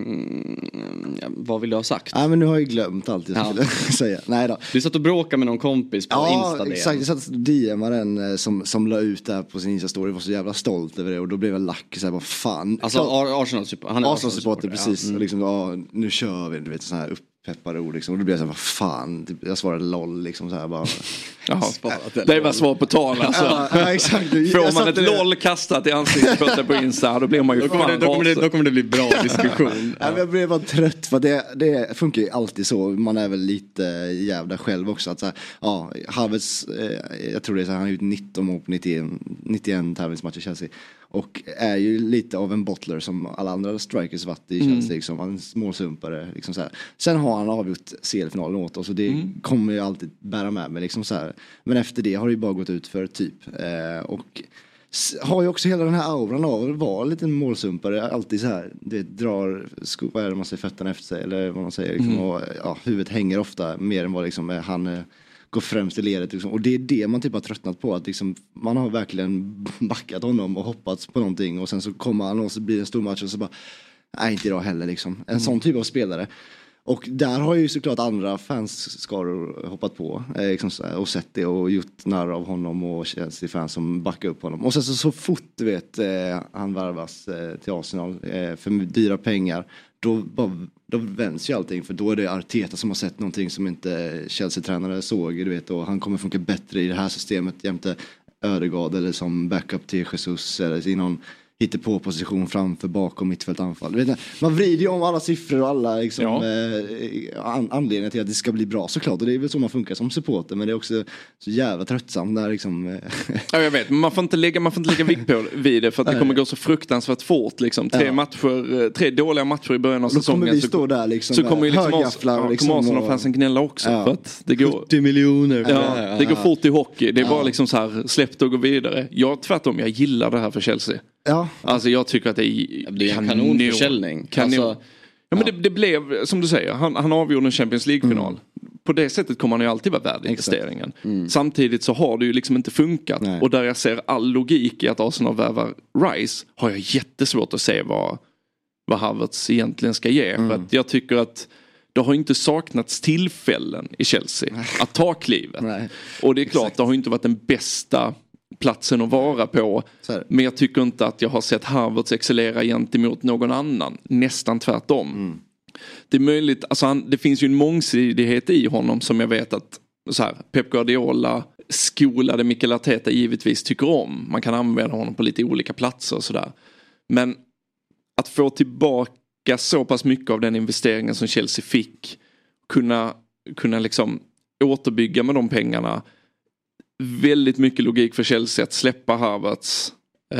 Men eh, vad vill du ha sagt? Ja, men nu har jag glömt allt jag ja. skulle säga. Nej då. Du satt och bråkade med någon kompis på ja, Insta. Ja, exakt. Jag satt och D M:ade den som, som la ut där på sin Insta-story. Jag var så jävla stolt över det. Och då blev jag lack. Så här, vad fan. Alltså Arsenal-supporter. Han är Arsenal-supporter, precis. Ja. Mm. Och liksom, ja, nu kör vi. Du vet, så här uppeppade ord liksom. Och då blev jag så här, vad fan. Jag svarade LOL liksom så här bara. Jaha, det var svar på tal alltså. Ja, exakt. Får man ett det... LOL kastat i ansiktet på Insta, då blir man ju då, kommer det, då, kommer det, då kommer det bli bra diskussion. Ja. Jag blev bara trött för det, det funkar ju alltid så. Man är väl lite jävla själv också att så här, ja, Havertz, eh, jag tror det är så här, han har gjort nitton mål på nittioen tävlingsmatcher i Chelsea. Och är ju lite av en bottler som alla andra strikers varit i Chelsea. Mm. Liksom. Han är en småsumpare. Liksom så här. Sen har han avgjort C L-finalen åt oss. Och det mm. kommer ju alltid bära med mig. Liksom så här. Men efter det har det ju bara gått ut för typ. Eh, och har ju också hela den här auran av att vara en liten målsumpare. Alltid så här. Det drar, vad är det man säger, fötterna efter sig. Eller vad man säger. Liksom, mm. och, ja, huvudet hänger ofta mer än vad liksom, han... Eh, går främst i ledet liksom. Och det är det man typ har tröttnat på att liksom, man har verkligen backat honom och hoppats på någonting och sen så kommer han och så blir det en stor match och så bara nej inte idag heller liksom. En mm. sån typ av spelare. Och där har ju såklart andra fansskaror hoppat på eh, liksom, och sett det och gjort narr av honom och känns det fans som backar upp honom. Och sen så, så fort du vet eh, han värvas eh, till Arsenal eh, för dyra pengar då, bara, då vänds ju allting för då är det Arteta som har sett någonting som inte Chelsea-tränare såg du vet, och han kommer funka bättre i det här systemet jämte Ödegaard eller som backup till Jesus eller i någon hittar på position framför bakom mittfältanfall. Man vrider ju om alla siffror och alla liksom, ja. eh, an- anledningar till att det ska bli bra såklart. Och det är väl så man funkar som supporter. Men det är också så jävla tröttsamt när liksom... Eh. Ja, jag vet. Men man får inte lägga, man får inte lägga vikt på vid det för att det kommer gå så fruktansvärt fort. Liksom. Tre, ja. matcher, tre dåliga matcher i början av säsongen. Kommer vi stå där liksom, så kommer ju liksom högafflar. Liksom, kommer Arsenal och fansen gnälla också. Ja. För att det går, sjuttio miljoner. Ja, ja, det går fort i hockey. Det är ja. bara liksom så här, släppt och gå vidare. Jag tvärtom, jag gillar det här för Chelsea. Ja. Alltså jag tycker att det är, det är en kanon, kanonförsäljning. Kanon. Alltså, ja, men ja. Det, det blev, som du säger, han, han avgjorde en Champions League-final. Mm. På det sättet kommer han ju alltid vara värd investeringen. Mm. Samtidigt så har det ju liksom inte funkat. Nej. Och där jag ser all logik i att Arsenal värvar Rice har jag jättesvårt att se vad, vad Havertz egentligen ska ge. Mm. För att jag tycker att det har inte saknats tillfällen i Chelsea Nej. att ta klivet. Nej. Och det är klart, Exakt. det har inte varit den bästa platsen att vara på. Men jag tycker inte att jag har sett Havertz excellera gentemot någon annan. Nästan tvärtom. Mm. Det är möjligt, alltså han, det finns ju en mångsidighet i honom som jag vet att så här, Pep Guardiola skolade Mikel Arteta givetvis tycker om. Man kan använda honom på lite olika platser och sådär. Men att få tillbaka så pass mycket av den investeringen som Chelsea fick, kunna, kunna liksom återbygga med de pengarna. Väldigt mycket logik för Chelsea att släppa Havertz.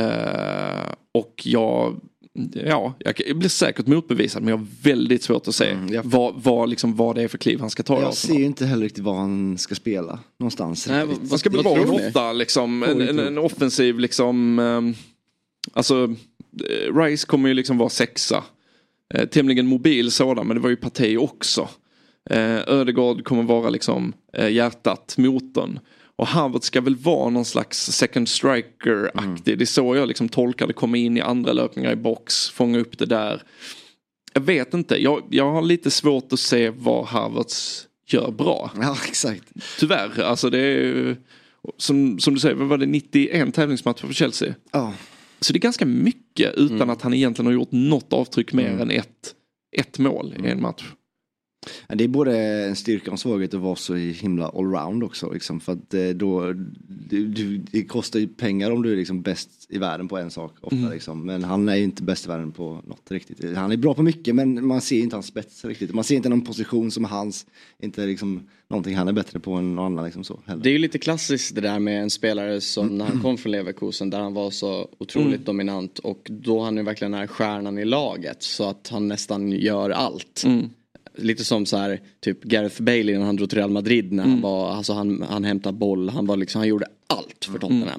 Eh, och jag, ja, jag blir säkert motbevisad, men jag har väldigt svårt att se mm, jag... vad, vad, liksom, vad det är för kliv han ska ta. Jag ser ju inte heller riktigt vad han ska spela någonstans. Nej, vad, vad ska vara en åtta, liksom, en, en, en offensiv liksom, eh, alltså Rice kommer ju liksom vara sexa. Eh, tämligen mobil sådan, men det var ju Partey också. Eh, Ödegaard kommer vara liksom eh, hjärtat, motorn. Och Havertz ska väl vara någon slags second striker-aktig. Mm. Det är så jag liksom tolkar det. Komma in i andra löpningar i box. Fånga upp det där. Jag vet inte. Jag, jag har lite svårt att se vad Havertz gör bra. Ja, exakt. Tyvärr. Alltså det är som, som du säger, vad var det? nittioen tävlingsmatcher för Chelsea. Ja. Så det är ganska mycket utan mm. att han egentligen har gjort något avtryck mer mm. än ett, ett mål mm. i en match. Det är både en styrka och en svaghet att vara så himla allround också. Liksom, för att då, det, det kostar ju pengar om du är liksom bäst i världen på en sak. Ofta, mm. liksom. Men han är ju inte bäst i världen på något riktigt. Han är bra på mycket, men man ser inte hans spets riktigt. Man ser inte någon position som är hans. Inte liksom någonting han är bättre på än någon annan. Liksom så, det är ju lite klassiskt det där med en spelare som mm. när han kom från Leverkusen, där han var så otroligt mm. dominant. Och då han är verkligen är stjärnan i laget. Så att han nästan gör allt. Mm. Lite som så här typ Gareth Bale när han drog till Real Madrid när mm. han var, alltså han, han hämtade boll, han var liksom, han gjorde allt för Tottenham. Mm.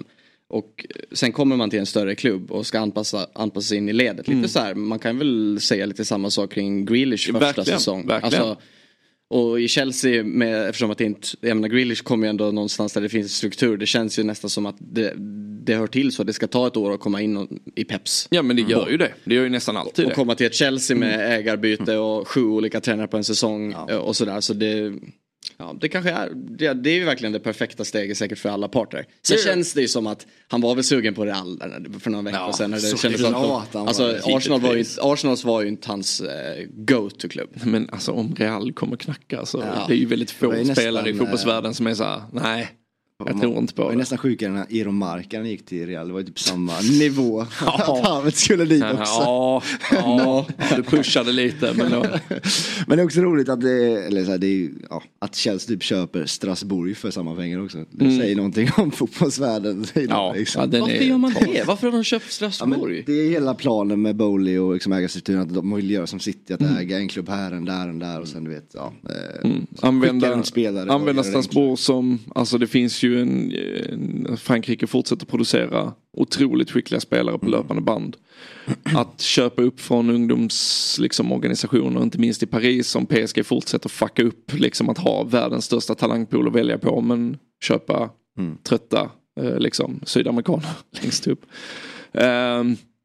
Och sen kommer man till en större klubb och ska anpassa, anpassa sig in i ledet. Lite mm. så här, man kan väl säga lite samma sak kring Grealish första verkligen, säsong. Verkligen. Alltså, och i Chelsea, med, eftersom att det inte, jag menar, Grealish kommer ju ändå någonstans där det finns struktur. Det känns ju nästan som att det, det hör till så. Det ska ta ett år att komma in och, i Peps. Ja, men det gör ju det. Det gör ju nästan alltid och det. komma till ett Chelsea med mm. ägarbyte och sju olika tränare på en säsong ja. och sådär. Så det, ja, det kanske är, det, det är ju verkligen det perfekta steget säkert för alla parter. Sen det, känns det ju som att han var väl sugen på Real för några veckor ja, sedan. När det kändes att de, alltså, var Arsenal var ju, Arsenals var ju inte hans eh, go-to-klubb. Men alltså om Real kommer knacka så ja. det är ju väldigt få spelare nästan, i fotbollsvärlden som är så här, nej. Jag tror inte på det. Det var nästan sjukare när Eero Markan gick till Real. Det var ju typ samma nivå. Ja. Att Havet skulle dit också. Ja, ja, du pushade lite. Men, då... men det är också roligt att det, eller så här, det är, ja, att Chelsea typ köper Strasbourg för samma pengar också. Det mm. säger någonting om fotbollsvärlden. Ja, liksom. ja, den varför är... gör man det? Varför har de köpt Strasbourg? Ja, det är hela planen med Bowley och liksom ägarstrukturen. Att de vill göra som City. Att mm. äga en klubb här, en där, en där. Och sen du vet, ja. Mm. Använda, använda Strasbourg som, alltså det finns ju en... Frankrike fortsätter producera otroligt skickliga spelare på löpande band. Att köpa upp från ungdoms liksom, organisationer, inte minst i Paris, som P S G fortsätter fucka upp, liksom att ha världens största talangpool att välja på, men köpa mm. trötta eh, liksom, sydamerikaner längst upp. Eh,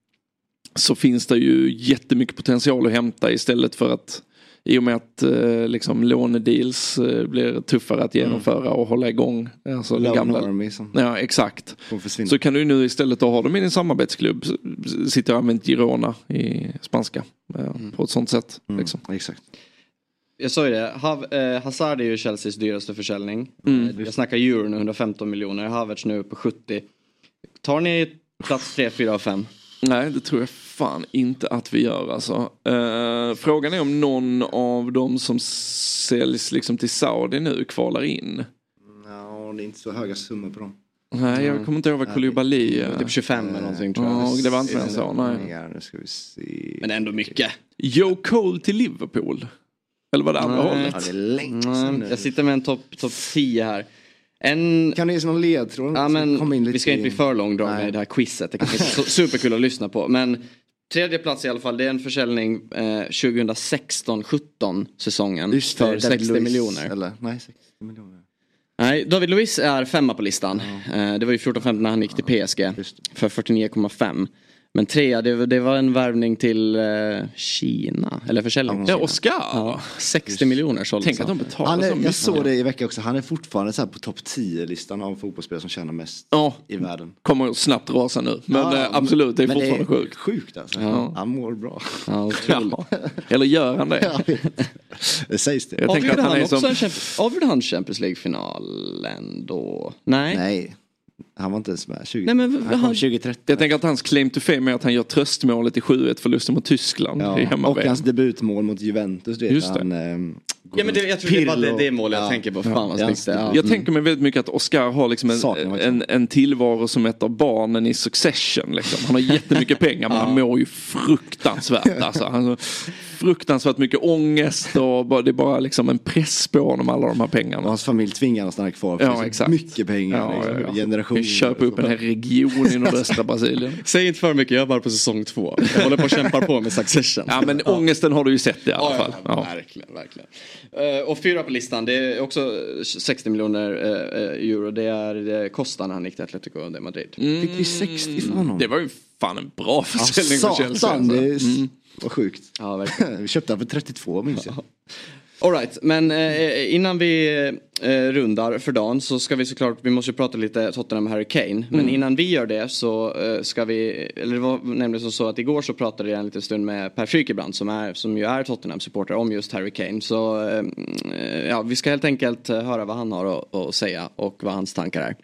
så finns det ju jättemycket potential att hämta istället för att i och med att eh, liksom, lånedeals eh, blir tuffare att genomföra mm. och hålla igång. Alltså, den gamla... Army, som... Ja, exakt. Så kan du nu istället ha dem i din samarbetsklubb. Sitter och använder Girona i spanska. Eh, mm. På ett sånt sätt. Mm. Liksom. Exakt. Jag sa ju det. Hav, eh, Hazard är ju Chelseas dyraste försäljning. Mm. Jag snackar euro nu, hundrafemton miljoner. Havertz nu på sjuttio. Tar ni plats tre, fyra och fem? Nej, det tror jag fan inte att vi gör alltså. Uh, frågan är om någon av dem som säljs liksom till Saudi nu kvalar in. Ja, det är inte så höga summor på dem. Nej, jag kommer inte ihåg vad Koulibaly är. Typ tjugofem eller någonting tror jag. Ja, det var inte mer än så, nej. Nu ska vi se. Men ändå mycket. Joe Cole till Liverpool. Eller var det andra nej. hållet? Ja, det är länge sedan nu. Jag sitter med en topp top tio här. En... Kan ni ge någon ledtråd? Ja, men vi ska inte bli för långdragna i det här quizet. Det kan bli superkul att lyssna på. Men tredje plats i alla fall, det är en försäljning eh, tjugohundrasexton sjutton säsongen. Just för det, sextio Luiz, miljoner. Eller? Nej, sextio miljoner. Nej, David Luiz är femma på listan. Ja. Eh, det var ju fjorton femton när han gick till P S G. För fyrtionio komma fem. Men trea, det, det var en värvning till eh, Kina. Eller försäljning. Ja, Oscar. Ja, sextio miljoner såldes. Tänk att de betalar han är, så mycket. Jag såg det i veckan också. Han är fortfarande så här på topp tio-listan av fotbollsspelare som tjänar mest ja. i världen. Kommer snabbt rasa nu. Men ja, eh, absolut, det är fortfarande det är sjukt. Sjukt alltså. Ja. Han mår bra. Ja, ja. Eller gör han det? Det sägs det. Jag tänker att han, han är som... Champions... Avgjorde han Champions League-finalen då? Nej. Nej. Han var inte ens med. tjugo... Nej, men han kom tjugo trettio. Jag tänker att hans claim to fame är att han gör tröstmålet i sju ett förlusten mot Tyskland. Ja, och hans debutmål mot Juventus. Du vet, just det. Han, eh, ja, men det, jag tror det var det, det målet jag ja. tänker på. Fan vad snyggt det är. Ja. Jag tänker mig väldigt mycket att Oscar har liksom en, en, en tillvaro som ett av barnen i Succession. Liksom. Han har jättemycket pengar men ja. han mår ju fruktansvärt. Alltså. Han har fruktansvärt mycket ångest och bara, det är bara liksom en press på honom, alla de här pengarna. Och hans familj tvingar honom att stanna kvar för ja, exakt. mycket pengar. Ja, liksom, ja, ja. Generationer. Köpa upp en hel region i nordöstra Brasilien. Säg inte för mycket, jag är bara på säsong två. Jag håller på att kämpa på med Succession. Ja, men ja. ångesten har du ju sett i alla ja, fall. Ja, ja. Verkligen, verkligen. Uh, och fyra på listan, det är också sextio miljoner uh, euro. Det är uh, Costa när han gick till Atletico de Madrid. Mm. Fick vi sextio för honom? Det var ju fan en bra försäljning ja, för Chelsea. Satan, det är mm. vad sjukt. Ja, verkligen. Vi köpte han för trettiotvå minns jag. Ja. All right, men eh, innan vi eh, rundar för dagen så ska vi såklart, vi måste ju prata lite Tottenham Harry Kane. Mm. Men innan vi gör det så eh, ska vi, eller det var nämligen så att igår så pratade jag en liten stund med Per Frykebrand som, är, som ju är Tottenham-supporter om just Harry Kane. Så eh, ja, vi ska helt enkelt höra vad han har att, att säga och vad hans tankar är.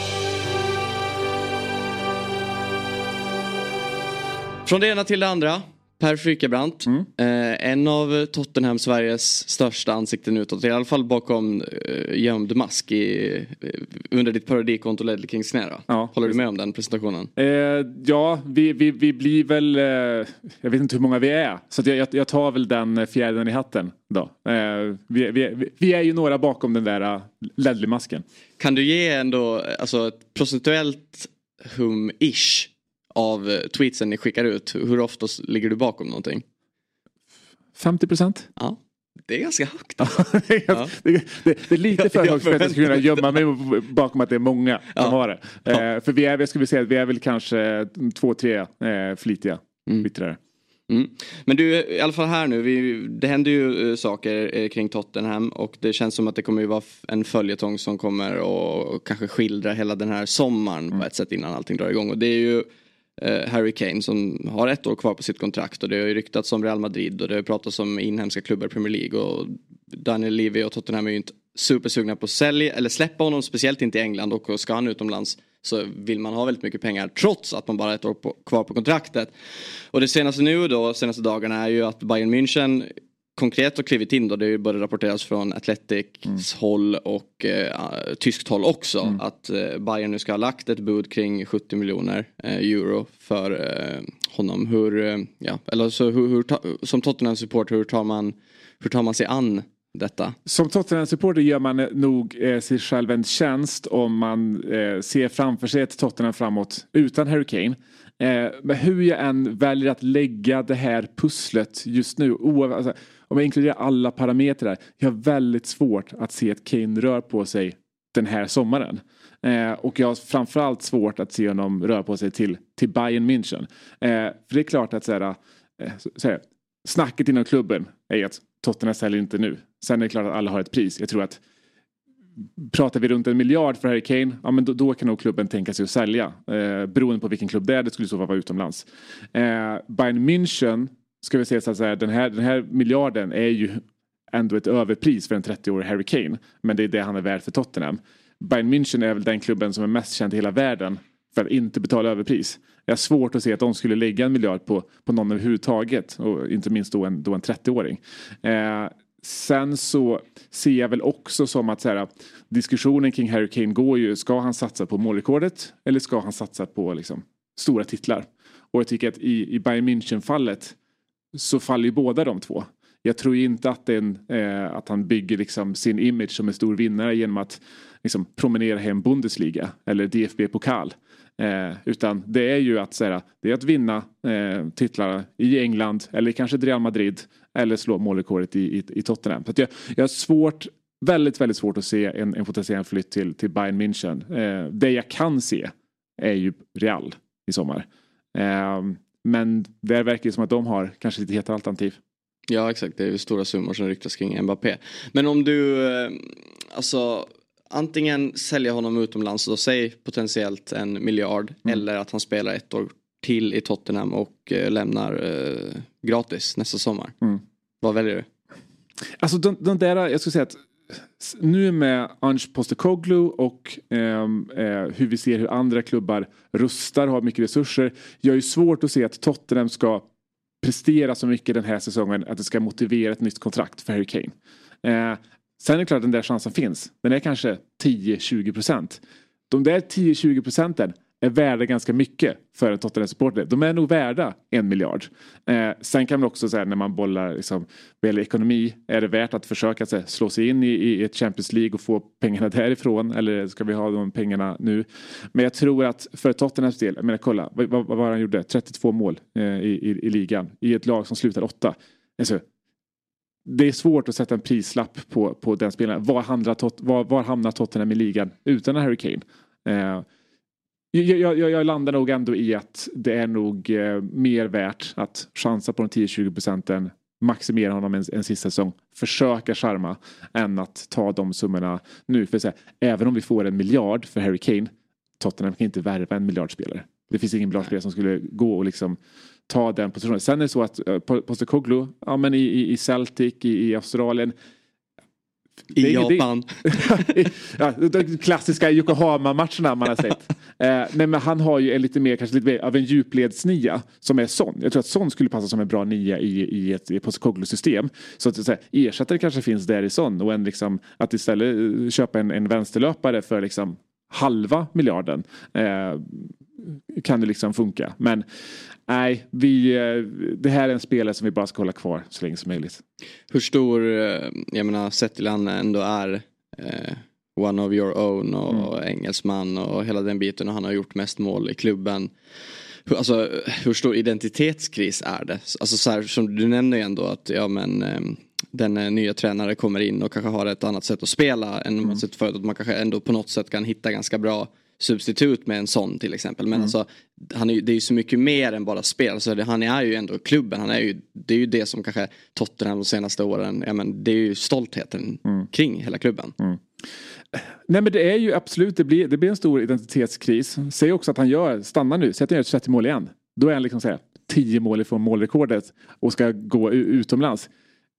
Från det ena till det andra. Per Frykebrant, mm. eh, en av Tottenham Sveriges största ansikten utåt, i alla fall bakom eh, gömd mask i, eh, under ditt parodikonto Ledley Kings knä. Ja, håller du med om den presentationen? Eh, ja, vi, vi, vi blir väl, eh, jag vet inte hur många vi är, så att jag, jag tar väl den fjärden i hatten då. Eh, vi, vi, vi är ju några bakom den där Ledley-masken. Kan du ge ändå alltså, ett procentuellt hum-ish av tweetsen ni skickar ut. Hur ofta ligger du bakom någonting? femtio procent. Ja, det är ganska högt. det, är, ja. det, det, det är lite för högt för att jag ska kunna gömma mig bakom att det är många som ja. har det. Ja. Eh, för vi är, jag skulle säga att vi är väl kanske två, tre eh, flitiga mm. ytterligare. Mm. Men du, i alla fall här nu, vi, det händer ju uh, saker uh, kring Tottenham och det känns som att det kommer ju vara f- en följetong som kommer och kanske skildra hela den här sommaren mm. på ett sätt innan allting drar igång. Och det är ju uh, Harry Kane som har ett år kvar på sitt kontrakt och det har ju ryktats om Real Madrid och det har pratats om inhemska klubbar i Premier League och Daniel Levy och Tottenham är ju inte supersugna på att sälja eller släppa honom, speciellt inte i England, och ska han utomlands så vill man ha väldigt mycket pengar trots att man bara har ett år på, kvar på kontraktet. Och det senaste nu då, senaste dagarna är ju att Bayern München konkret har klivit in då, det är ju både rapporteras från Athletics mm. håll och eh, tyskt håll också mm. att eh, Bayern nu ska ha lagt ett bud kring sjuttio miljoner eh, euro för eh, honom. Hur, eh, ja, eller så hur, hur ta, som Tottenham-supporter, hur tar man hur tar man sig an detta? Som Tottenham-supporter gör man nog eh, sig själv en tjänst om man eh, ser framför sig ett Tottenham framåt utan Harry Kane. Eh, men hur jag än väljer att lägga det här pusslet just nu, oav- alltså, om jag inkluderar alla parametrar, jag har väldigt svårt att se att Kane rör på sig den här sommaren. Eh, och jag har framförallt svårt att se honom röra på sig till, till Bayern München. Eh, för det är klart att så här, eh, så här, snacket inom klubben är att Tottenham säljer inte nu. Sen är det klart att alla har ett pris. Jag tror att pratar vi runt en miljard för Harry Kane, ja, men då, då kan nog klubben tänka sig att sälja. Eh, beroende på vilken klubb det är, det skulle så vara utomlands. Eh, Bayern München, ska vi säga så att säga, den här, den här miljarden är ju ändå ett överpris för en trettio-årig Harry Kane. Men det är det han är värd för Tottenham. Bayern München är väl den klubben som är mest känd i hela världen för att inte betala överpris. Jag har svårt att se att de skulle lägga en miljard på, på någon överhuvudtaget. Och inte minst då en, då en trettio-åring. Eh, sen så ser jag väl också som att så här, diskussionen kring Harry Kane går ju, ska han satsa på målrekordet eller ska han satsa på liksom, stora titlar? Och jag tycker att i, i Bayern München-fallet så faller ju båda de två. Jag tror inte att, en, eh, att han bygger liksom sin image som en stor vinnare genom att liksom, promenera hem Bundesliga eller D F B-pokal. Eh, utan det är ju att, säga, det är att vinna eh, titlar i England eller kanske Real Madrid eller slå målrekordet i, i, i Tottenham. Så att jag, jag har svårt, väldigt, väldigt svårt att se en, en potentiell flytt till, till Bayern München. Eh, det jag kan se är ju Real i sommar. Eh, men det verkar som att de har kanske lite hetare alternativ. Ja, exakt. Det är ju stora summor som ryktas kring Mbappé. Men om du, eh, alltså, antingen sälja honom utomlands och säg potentiellt en miljard mm. eller att han spelar ett år till i Tottenham och eh, lämnar eh, gratis nästa sommar. Mm. Vad väljer du? Alltså, de, de där, jag skulle säga att nu med Ange Postecoglou och eh, eh, hur vi ser hur andra klubbar rustar, har mycket resurser. Jag är ju svårt att se att Tottenham ska prestera så mycket den här säsongen att det ska motivera ett nytt kontrakt för Harry Kane. Eh, sen är det klart att den där chansen finns. Den är kanske tio till tjugo procent. De där tio till tjugo procenten är värda ganska mycket för en Tottenham-supporter. De är nog värda en miljard. Eh, sen kan man också säga när man bollar liksom, vad gäller ekonomi, är det värt att försöka så, slå sig in i, i ett Champions League och få pengarna därifrån, eller ska vi ha de pengarna nu? Men jag tror att för Tottenhams del, jag menar kolla, vad, vad, vad var han gjorde? trettiotvå mål eh, i, i, i ligan i ett lag som slutar åtta. Alltså, det är svårt att sätta en prislapp på, på den spelaren. Var, handlar tot, var, var hamnar Tottenham i ligan utan Harry Kane? Eh, Jag, jag, jag landar nog ändå i att det är nog eh, mer värt att chansa på de tio till tjugo procenten, maximera honom en, en sista säsong, försöka charma än att ta de summorna nu. För att säga, även om vi får en miljard för Harry Kane, Tottenham kan inte värva en miljardspelare. Det finns ingen miljardspelare som skulle gå och liksom ta den positionen. Sen är det så att eh, Postecoglou, ja, men i, i Celtic, i, i Australien, i Japan. Ja, de klassiska Yokohama-matcherna man har sett. Eh, nej, men han har ju en lite mer, kanske lite mer av en djupledsnia som är sån. Jag tror att sån skulle passa som en bra nia i, i ett Postecoglou-system. Så att så här, ersättare kanske finns där i sån. Och en, liksom, att istället köpa en, en vänsterlöpare för liksom halva miljarden eh, kan det liksom funka. Men nej, vi, det här är en spelare som vi bara ska hålla kvar så länge som möjligt. Hur stor, jag menar, sett till han ändå är eh, one of your own och mm. engelsman och hela den biten, och han har gjort mest mål i klubben. Hur, alltså, hur stor identitetskris är det? Alltså så här, som du nämner ju ändå att ja, men, eh, den eh, nya tränare kommer in och kanske har ett annat sätt att spela än mm. sätt förut, att man kanske ändå på något sätt kan hitta ganska bra substitut med en sån till exempel. Men mm. alltså, han är, det är ju så mycket mer än bara spel. Så det, han är ju ändå klubben. Han är ju, det är ju det som kanske Tottenham de senaste åren, ja, men det är ju stoltheten mm. kring hela klubben. Mm. Nej, men det är ju absolut, det blir, det blir en stor identitetskris. Säg också att han gör, stannar nu, säg att han gör trettio mål igen. Då är han liksom så här, tio mål ifrån målrekordet och ska gå utomlands.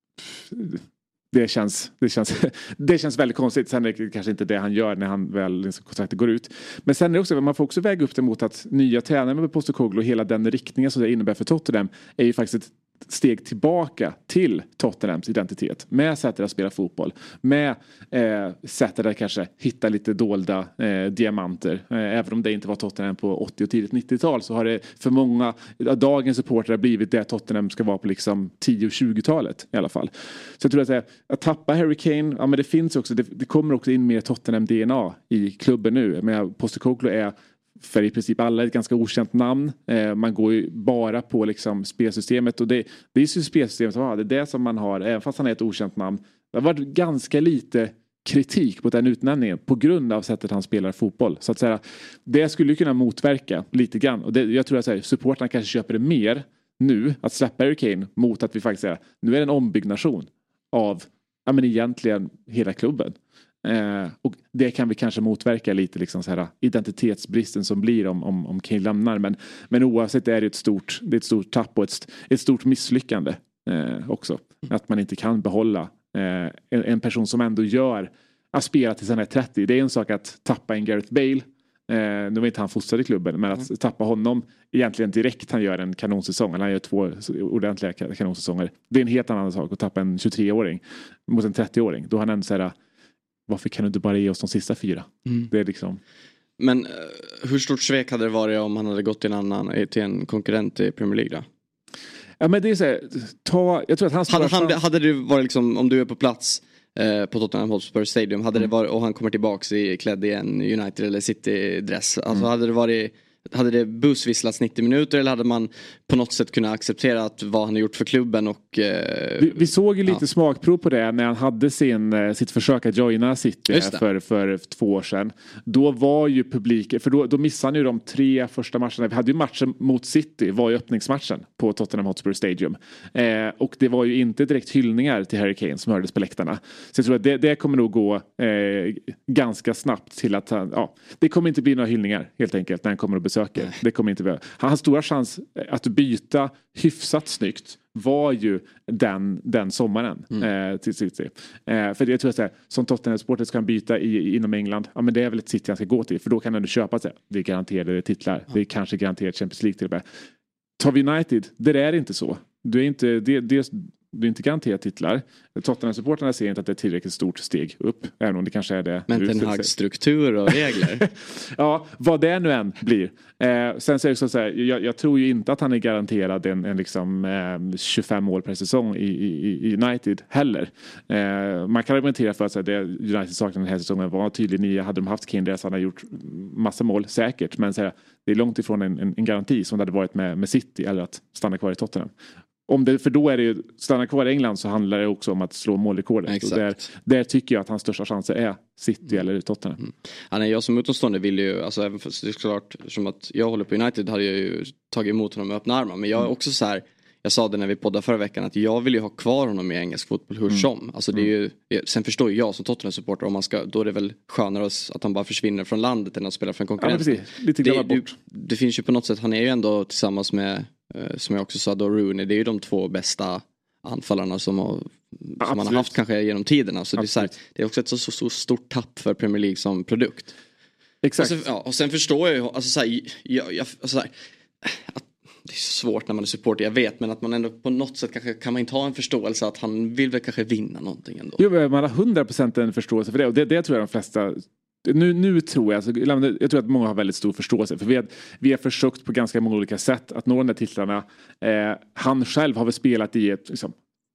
Det känns, det, känns, det känns väldigt konstigt. Sen är det kanske inte det han gör när han väl liksom, kontraktet går ut. Men sen är det också, man får också väga upp det mot att nya tränare med Postecoglou och hela den riktningen som det innebär för Tottenham är ju faktiskt ett steg tillbaka till Tottenhams identitet. Med sättet att spela fotboll. Med eh, sättet att kanske hitta lite dolda eh, diamanter. Eh, även om det inte var Tottenham på åttio- och tidigt nittiotal, så har det för många av dagens supportrar blivit det Tottenham ska vara på liksom tio- och tjugotalet i alla fall. Så jag tror att, att, att tappa Harry Kane, ja men det finns också, det, det kommer också in mer Tottenham-D N A i klubben nu. Men Postecoglou är för i princip alla ett ganska okänt namn. Eh, man går ju bara på liksom spelsystemet. Och det, det är ju spelsystemet som har. Det är det som man har. Även fast han är ett okänt namn. Det har varit ganska lite kritik på den utnämningen. På grund av sättet han spelar fotboll. Så att säga, det skulle ju kunna motverka lite grann. Och det, jag tror att så här, supportarna kanske köper det mer nu. Att släppa Harry Kane mot att vi faktiskt säger nu är det en ombyggnation av ja, men egentligen hela klubben. Eh, och det kan vi kanske motverka lite liksom så här, identitetsbristen som blir om, om, om Kane lämnar, men, men oavsett är det ett stort, det är ett stort tapp och ett, ett stort misslyckande eh, också, att man inte kan behålla eh, en, en person som ändå gör att spela till sina trettio. Det är en sak att tappa en Gareth Bale, eh, nu var inte han fostrad i klubben, men att tappa honom egentligen direkt, han gör en kanonsäsong, han gör två ordentliga kanonsäsonger, det är en helt annan sak att tappa en tjugotre-åring mot en trettio-åring, då han ändå säger varför kan du inte bara ge oss de sista fyra? Mm. Det är liksom... Men uh, hur stort svek hade det varit om han hade gått till en annan, till en konkurrent i Premier League då? Ja, men det är så här, ta, jag tror att han hade, han, hade det varit liksom, om du är på plats eh, på Tottenham Hotspur Stadium, hade mm. det varit, och han kommer tillbaks i klädd i en United eller City-dress, alltså mm. hade det varit, hade det busvisslats nittio minuter, eller hade man på något sätt kunnat acceptera att vad han har gjort för klubben och... Eh, vi, vi såg ju lite ja. smakprov på det när han hade sin, sitt försök att joina City för, för två år sedan. Då var ju publiken, för då, då missade han ju de tre första matcherna. Vi hade ju matchen mot City, var ju öppningsmatchen på Tottenham Hotspur Stadium. Eh, och det var ju inte direkt hyllningar till Harry Kane som hördes på läktarna. Så jag tror att det, det kommer nog gå eh, ganska snabbt till att han, ja, det kommer inte bli några hyllningar helt enkelt när han kommer att besöka. Nej. Det kommer inte bli. Hans stora chans att byta hyfsat snyggt var ju den, den sommaren mm. eh, till City. Eh, för jag tror att det, som Tottenham-supporter ska han byta i, inom England. Ja, men det är väl ett City han ska gå till. För då kan han köpa sig. Det är garanterade titlar. Mm. Det är kanske garanterat Champions League till och med. Tar vi United, det är inte så. Du är inte... Det, det, Du är inte garanterat titlar. Tottenham-supporterna ser inte att det är ett tillräckligt stort steg upp. Även om det kanske är det. Men Ten Hag struktur och regler. Ja, vad det nu än blir. Eh, sen så är det så att jag, jag tror ju inte att han är garanterad en, en liksom, eh, tjugofem mål per säsong i, i, i United heller. Eh, man kan argumentera för att så här, det United saknade den här säsongen var tydligt nya. Hade de haft Kane där så hade han gjort massa mål säkert. Men så här, det är långt ifrån en, en, en garanti som det hade varit med, med City eller att stanna kvar i Tottenham. Om det, för då är det ju, stanna kvar i England så handlar det också om att slå målrekordet. Och där, där tycker jag att hans största chanser är City mm. eller Tottenham. Mm. Ja, nej, jag som utomstående vill ju, alltså även för, det är klart, som att jag håller på United hade jag ju tagit emot honom med öppna armar. Men jag är också så här, jag sa det när vi poddade förra veckan, att jag vill ju ha kvar honom i engelsk fotboll hur mm. som. Alltså det är ju, sen förstår jag som Tottenham-supporter, om man ska, då är det väl skönare att han bara försvinner från landet än att spela för en konkurrent. Ja, lite det, bort. Det, det finns ju på något sätt, han är ju ändå tillsammans med, eh, som jag också sa då, Rooney, det är ju de två bästa anfallarna som, har, som man har haft kanske genom tiderna. Så det är, så här, det är också ett så, så, så stort tapp för Premier League som produkt. Exakt. Och, så, ja, och sen förstår jag ju, alltså så här, jag, jag, alltså så här, att det är så svårt när man är supporter, jag vet, men att man ändå på något sätt kanske, kan man inte ha en förståelse att han vill väl kanske vinna någonting ändå. Jo, man har hundra procent en förståelse för det, och det, det tror jag de flesta nu, nu tror jag, alltså, jag tror att många har väldigt stor förståelse, för vi har, vi har försökt på ganska många olika sätt att nå de där titlarna. Eh, han själv har väl spelat i ett liksom,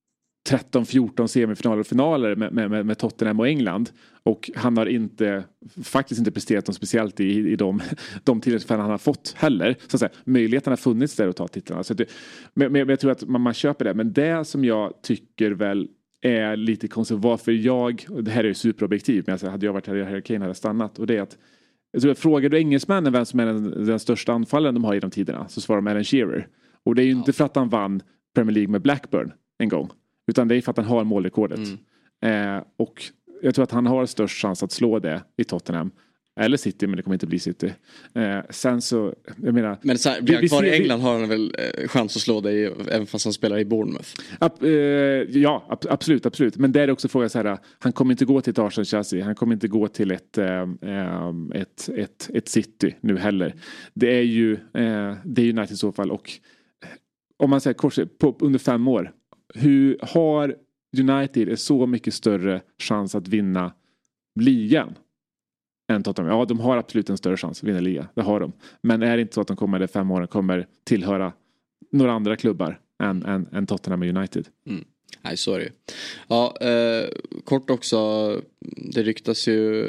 tretton fjorton semifinaler och finaler med, med, med Tottenham och England. Och han har inte faktiskt inte presterat något speciellt i, i de, de tillfällen han har fått heller. Så att säga, möjligheten har funnits där att ta titlarna. Så det, men, men jag tror att man, man köper det. Men det som jag tycker väl är lite konstigt, varför jag, och det här är ju superobjektiv, men alltså, hade jag varit här i Harry Kane hade jag stannat. Och det är att, jag tror att frågar du engelsmännen vem som är den, den största anfallaren de har genom tiderna, så svarar de Alan Shearer. Och det är ju inte för att han vann Premier League med Blackburn en gång, utan det är för att han har målrekordet. Mm. Eh, och jag tror att han har störst chans att slå det i Tottenham. Eller City, men det kommer inte bli City. Eh, sen så, jag menar... Men så här, blir han kvar i England har han väl eh, chans att slå dig även fast han spelar i Bournemouth? Ab, eh, ja, ab, absolut, absolut. Men där är det också frågan så här, han kommer inte gå till ett Arsenal Chelsea. Han kommer inte gå till ett, eh, ett, ett, ett City nu heller. Det är ju eh, det är United i så fall. Och om man säger kors, på, under fem år, hur har United är så mycket större chans att vinna ligan än Tottenham? Ja, de har absolut en större chans att vinna ligan. Det har de. Men är det inte så att de kommer de fem åren kommer tillhöra några andra klubbar än, än, än Tottenham och United? Mm. Nej, så är det. Ja, eh, kort också, det ryktas ju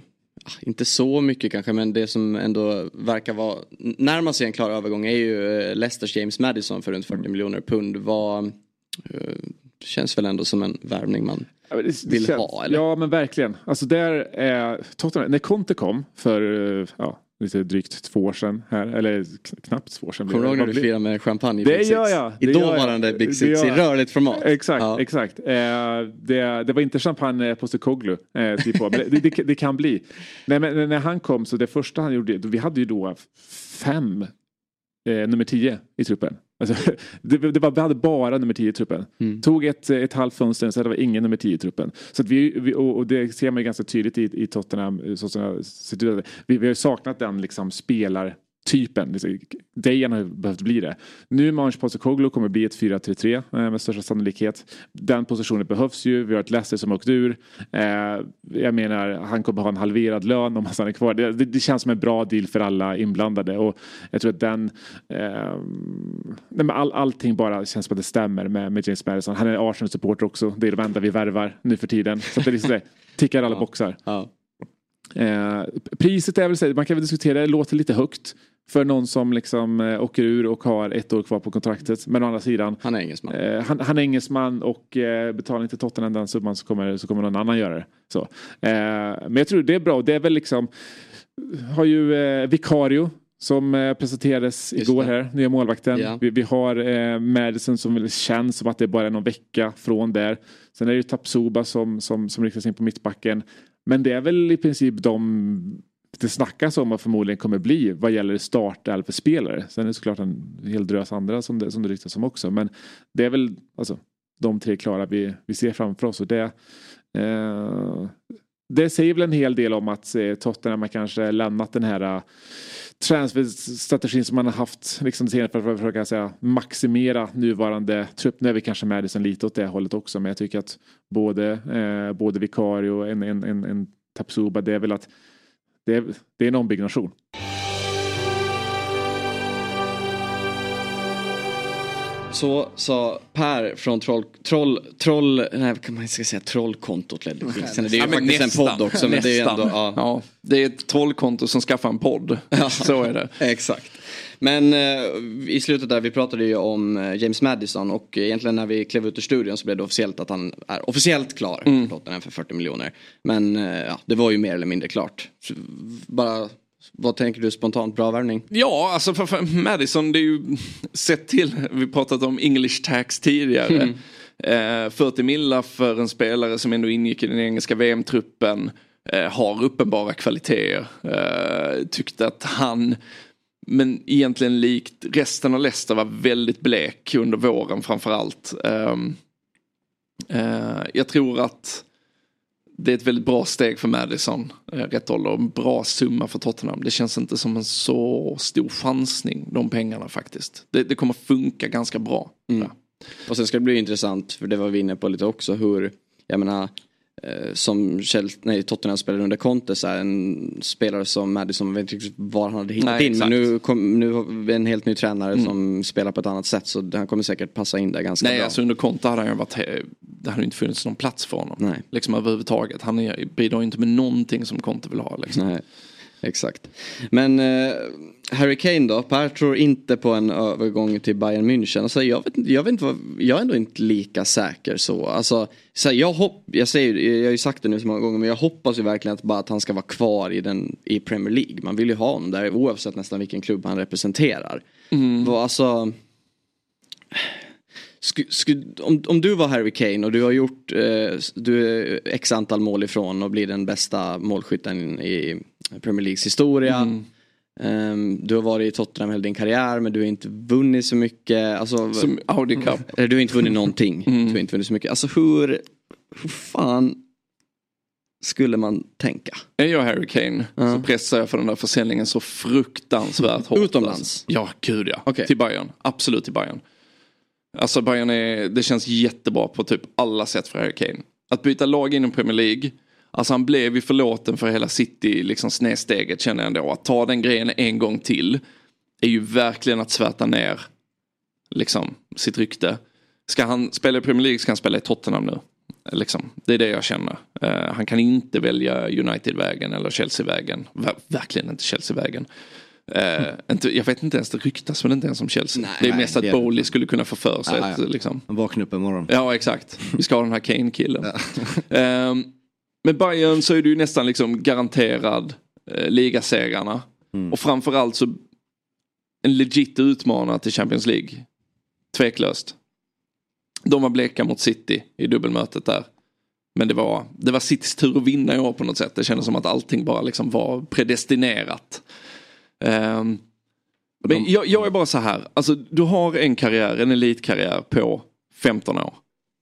inte så mycket kanske, men det som ändå verkar vara närmast sig en klar övergång är ju Leicesters James Maddison för runt fyrtio miljoner pund. Vad eh, känns väl ändå som en värvning man ja, det, det vill känns, ha, eller? Ja, men verkligen. Alltså där är Tottenham, när Conte kom för ja, lite drygt två år sedan här, eller knappt två år sedan. Kommer du ihåg när du firade med champagne i det Big gör Six? jag. I dåvarande Big Six i rörligt format. Exakt, ja. exakt. Eh, det, det var inte champagne på Stukoglu eh, typ på, men det, det, det kan bli. Nej, men när han kom så det första han gjorde, vi hade ju då fem eh, nummer tio i truppen. Alltså, det, det var, vi hade bara nummer tio i truppen. Mm. Tog ett, ett halvt fönster så det var ingen nummer tio i truppen. Så att vi, vi, och, och det ser man ju ganska tydligt i, i Tottenham. Så, vi, vi har saknat den liksom spelartypen. Dejan har behövt bli det. Nu Mange Postecoglou kommer bli ett fyra tre tre med största sannolikhet. Den positionen behövs ju. Vi har ett Leicester som åkt ur. Eh, jag menar, han kommer ha en halverad lön om han stannar kvar. Det, det, det känns som en bra deal för alla inblandade. Och jag tror att den eh, nej, men all, allting bara känns som att det stämmer med, med James Maddison. Han är Arsenal-supporter också. Det är de enda vi värvar nu för tiden. Så att det liksom det, tickar alla ja. boxar. Ja. Eh, priset är väl, man kan väl diskutera, det låter lite högt för någon som liksom eh, åker ur och har ett år kvar på kontraktet. Men å andra sidan, han är engelsman. Eh, han, han är engelsman och eh, betalar inte Tottenham den summan så kommer, så kommer någon annan göra det. Så. Eh, men jag tror det är bra. Det är väl liksom, har ju eh, Vicario som eh, presenterades Just igår det. här, nya målvakten. Yeah. Vi, vi har eh, Maddison som väl känns som att det är bara någon vecka från där. Sen är det ju Tapsoba som, som, som riktas in på mittbacken. Men det är väl i princip de det snackas om och förmodligen kommer bli vad gäller startelva för spelare. Sen är det såklart en hel drös andra som det, som det ryktas om också. Men det är väl alltså, de tre klara vi, vi ser framför oss. Och det, eh, det säger väl en hel del om att eh, Tottenham har kanske lämnat den här uh, transferstrategin som man har haft liksom, för att försöka säga, maximera nuvarande trupp. Nu är vi kanske med det lite åt det hållet också. Men jag tycker att både, eh, både Vicario och en, en, en, en Tapsoba, det är väl att det är, det är en ombyggnation. Så sa Per från troll, troll, troll nej, kan man ska säga trollkontot ledde. Sen är det ju ja, faktiskt nästan, en podd också. Men det är ändå, ja. ja, det är ett trollkonto som skaffar en podd. Ja, så är det. Exakt. Men eh, i slutet där vi pratade ju om eh, James Maddison och egentligen när vi klev ut ur studion så blev det officiellt att han är officiellt klar mm. för fyrtio miljoner. Men eh, ja, det var ju mer eller mindre klart. Så, bara vad tänker du spontant, bra värvning? Ja, alltså för, för Maddison, det är ju sett till, vi pratat om English tax tidigare. Mm. Eh, fyrtio millar för en spelare som ändå ingick i den engelska V M-truppen eh, har uppenbara kvaliteter. Eh, tyckte att han, men egentligen likt resten av Leicester, var väldigt blek under våren framförallt. Eh, eh, jag tror att det är ett väldigt bra steg för Maddison. Rätt ålder och en bra summa för Tottenham. Det känns inte som en så stor chansning, de pengarna faktiskt. Det, det kommer funka ganska bra. Mm. Och sen ska det bli intressant, för det var vi inne på lite också, hur, jag menar, som Chelsea, nej, Tottenham spelade under Conte, så här, en spelare som Maddison vet inte var han hade hittat nej, in. Men nu, kom, nu har vi en helt ny tränare mm. som spelar på ett annat sätt, så han kommer säkert passa in där ganska nej, bra. Alltså under Conte hade han varit, det hade inte funnits någon plats för honom. Nej. Liksom överhuvudtaget. Han är, bidrar inte med någonting som Conte vill ha. Liksom. Nej. Exakt. Men eh, Harry Kane då, Per tror inte på en övergång till Bayern München. Alltså, jag vet jag vet inte vad, jag är ändå inte lika säker så. Alltså, så här, jag hopp, jag säger, jag har ju sagt det nu så många gånger, men jag hoppas ju verkligen att bara att han ska vara kvar i den i Premier League. Man vill ju ha honom där oavsett nästan vilken klubb han representerar. Mm. Vad, alltså Sku, sku, om, om du var Harry Kane och du har gjort eh, du är x antal mål ifrån och blir den bästa målskytten i Premier Leagues historia. Mm. Um, du har varit i Tottenham hela din karriär, men du har inte vunnit så mycket. Alltså, som Audi Cup. Eller du har inte vunnit någonting. Mm. Du har inte vunnit så mycket. Alltså hur, hur fan skulle man tänka? Är jag Harry Kane uh. så pressar jag för den där försäljningen så fruktansvärt hårt. Utomlands? Ja, gud ja. Okay. Till Bayern. Absolut till Bayern. Alltså Bayern är, det känns jättebra på typ alla sätt för Harry Kane. Att byta lag inom Premier League. Alltså han blev ju förlåten för hela City liksom snedsteget, känner jag ändå. Att ta den grejen en gång till är ju verkligen att svärta ner liksom sitt rykte. Ska han spela i Premier League ska han spela i Tottenham nu. Liksom. Det är det jag känner. Uh, han kan inte välja United-vägen eller Chelsea-vägen. Ver- verkligen inte Chelsea-vägen. Uh, inte, jag vet inte ens, det ryktas väl inte ens om Chelsea. Nej, det är mest att Bowley skulle kunna få för sig. Ah, att, ja. liksom. Vakna upp imorgon. Ja, exakt. Vi ska ha den här Kane-killen. Ja. um, med Bayern så är du ju nästan liksom garanterad uh, ligasegrarna. Mm. Och framförallt så en legit utmanare till Champions League. Tveklöst. De var bleka mot City i dubbelmötet där. Men det var, det var Citys tur att vinna i år på något sätt. Det kändes som att allting bara liksom var predestinerat. Um, men jag, jag är bara så här. Alltså, du har en karriär, en elitkarriär på femton år.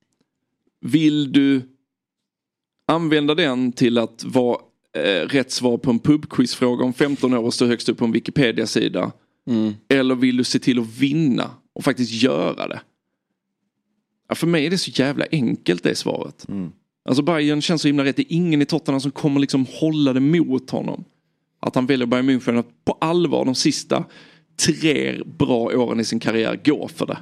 Vill du använda den till att vara eh, rätt svar på en pubquizfråga om femton år och stå högst upp på en Wikipedia-sida? Mm. Eller vill du se till att vinna och faktiskt göra det? Ja, för mig är det så jävla enkelt det svaret. Mm. Alltså Bayern känns så himla rätt. Det är ingen i Tottenham som kommer liksom hålla det mot honom. Att han väljer Bayern München att på allvar de sista tre bra åren i sin karriär gå för det.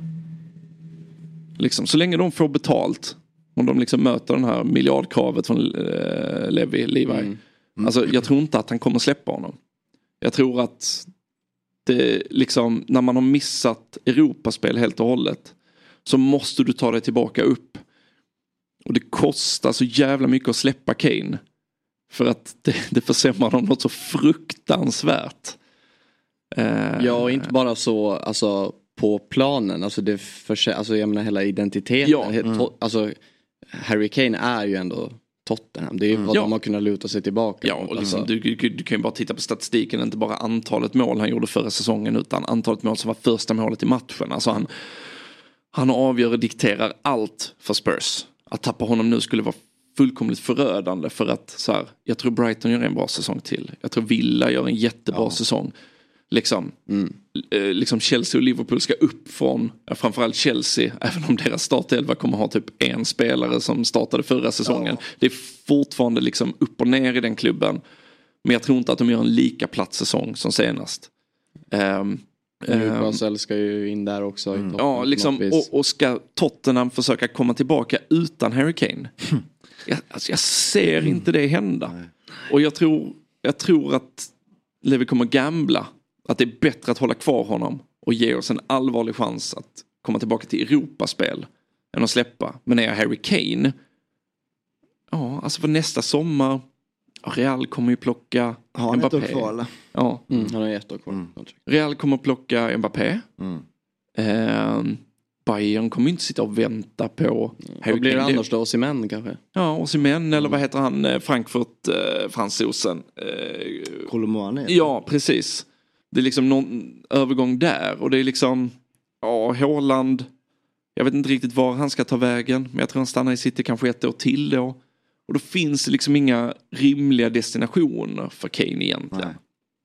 Liksom, så länge de får betalt. Om de liksom möter den här miljardkravet från uh, Levi, Levi. Mm. Mm. Alltså jag tror inte att han kommer släppa honom. Jag tror att det liksom, när man har missat Europaspel helt och hållet, så måste du ta dig tillbaka upp. Och det kostar så jävla mycket att släppa Kane. För att det, det försämrar dem något så fruktansvärt. Uh, ja, och inte bara så alltså, på planen. Alltså, det för, alltså jag menar hela identiteten. Ja. Mm. Alltså, Harry Kane är ju ändå Tottenham. Det är ju mm. vad ja. de har kunnat luta sig tillbaka. Ja, och liksom, alltså. du, du, du kan ju bara titta på statistiken. Inte bara antalet mål han gjorde förra säsongen, utan antalet mål som var första målet i matchen. Alltså han, han avgör och dikterar allt för Spurs. Att tappa honom nu skulle vara fullkomligt förödande, för att så här, jag tror Brighton gör en bra säsong till. Jag tror Villa gör en jättebra ja. säsong. Liksom, mm. eh, liksom Chelsea och Liverpool ska upp från, ja, framförallt Chelsea, även om deras startelva kommer ha typ en spelare som startade förra säsongen. Ja. Det är fortfarande liksom upp och ner i den klubben. Men jag tror inte att de gör en lika platt säsong som senast. Um, Newcastle um, ska ju in där också. Mm. Ja, liksom, och, och ska Tottenham försöka komma tillbaka utan Harry Kane? Jag, alltså, jag ser mm. inte det hända. Nej. Och jag tror, jag tror att Levi kommer gambla. Att det är bättre att hålla kvar honom och ge oss en allvarlig chans att komma tillbaka till Europaspel än att släppa. Men är jag Harry Kane, ja, alltså för nästa sommar, Real kommer ju plocka har han Mbappé. Ett år kvar, eller? Ja. Mm, han har ett år kvar. Mm. Real kommer att plocka Mbappé. Mm. Eh, Bayern kommer inte sitta och vänta på mm. Harry Vad blir det Kane. Annars då? Osimhen kanske? Ja, Osimhen mm. eller vad heter han? Frankfurt, eh, fransosen. Eh, Kolomani. Ja, precis. Det är liksom någon övergång där. Och det är liksom, ja, Haaland. Jag vet inte riktigt var han ska ta vägen. Men jag tror han stannar i City kanske ett år till då. Och då finns det liksom inga rimliga destinationer för Kane egentligen.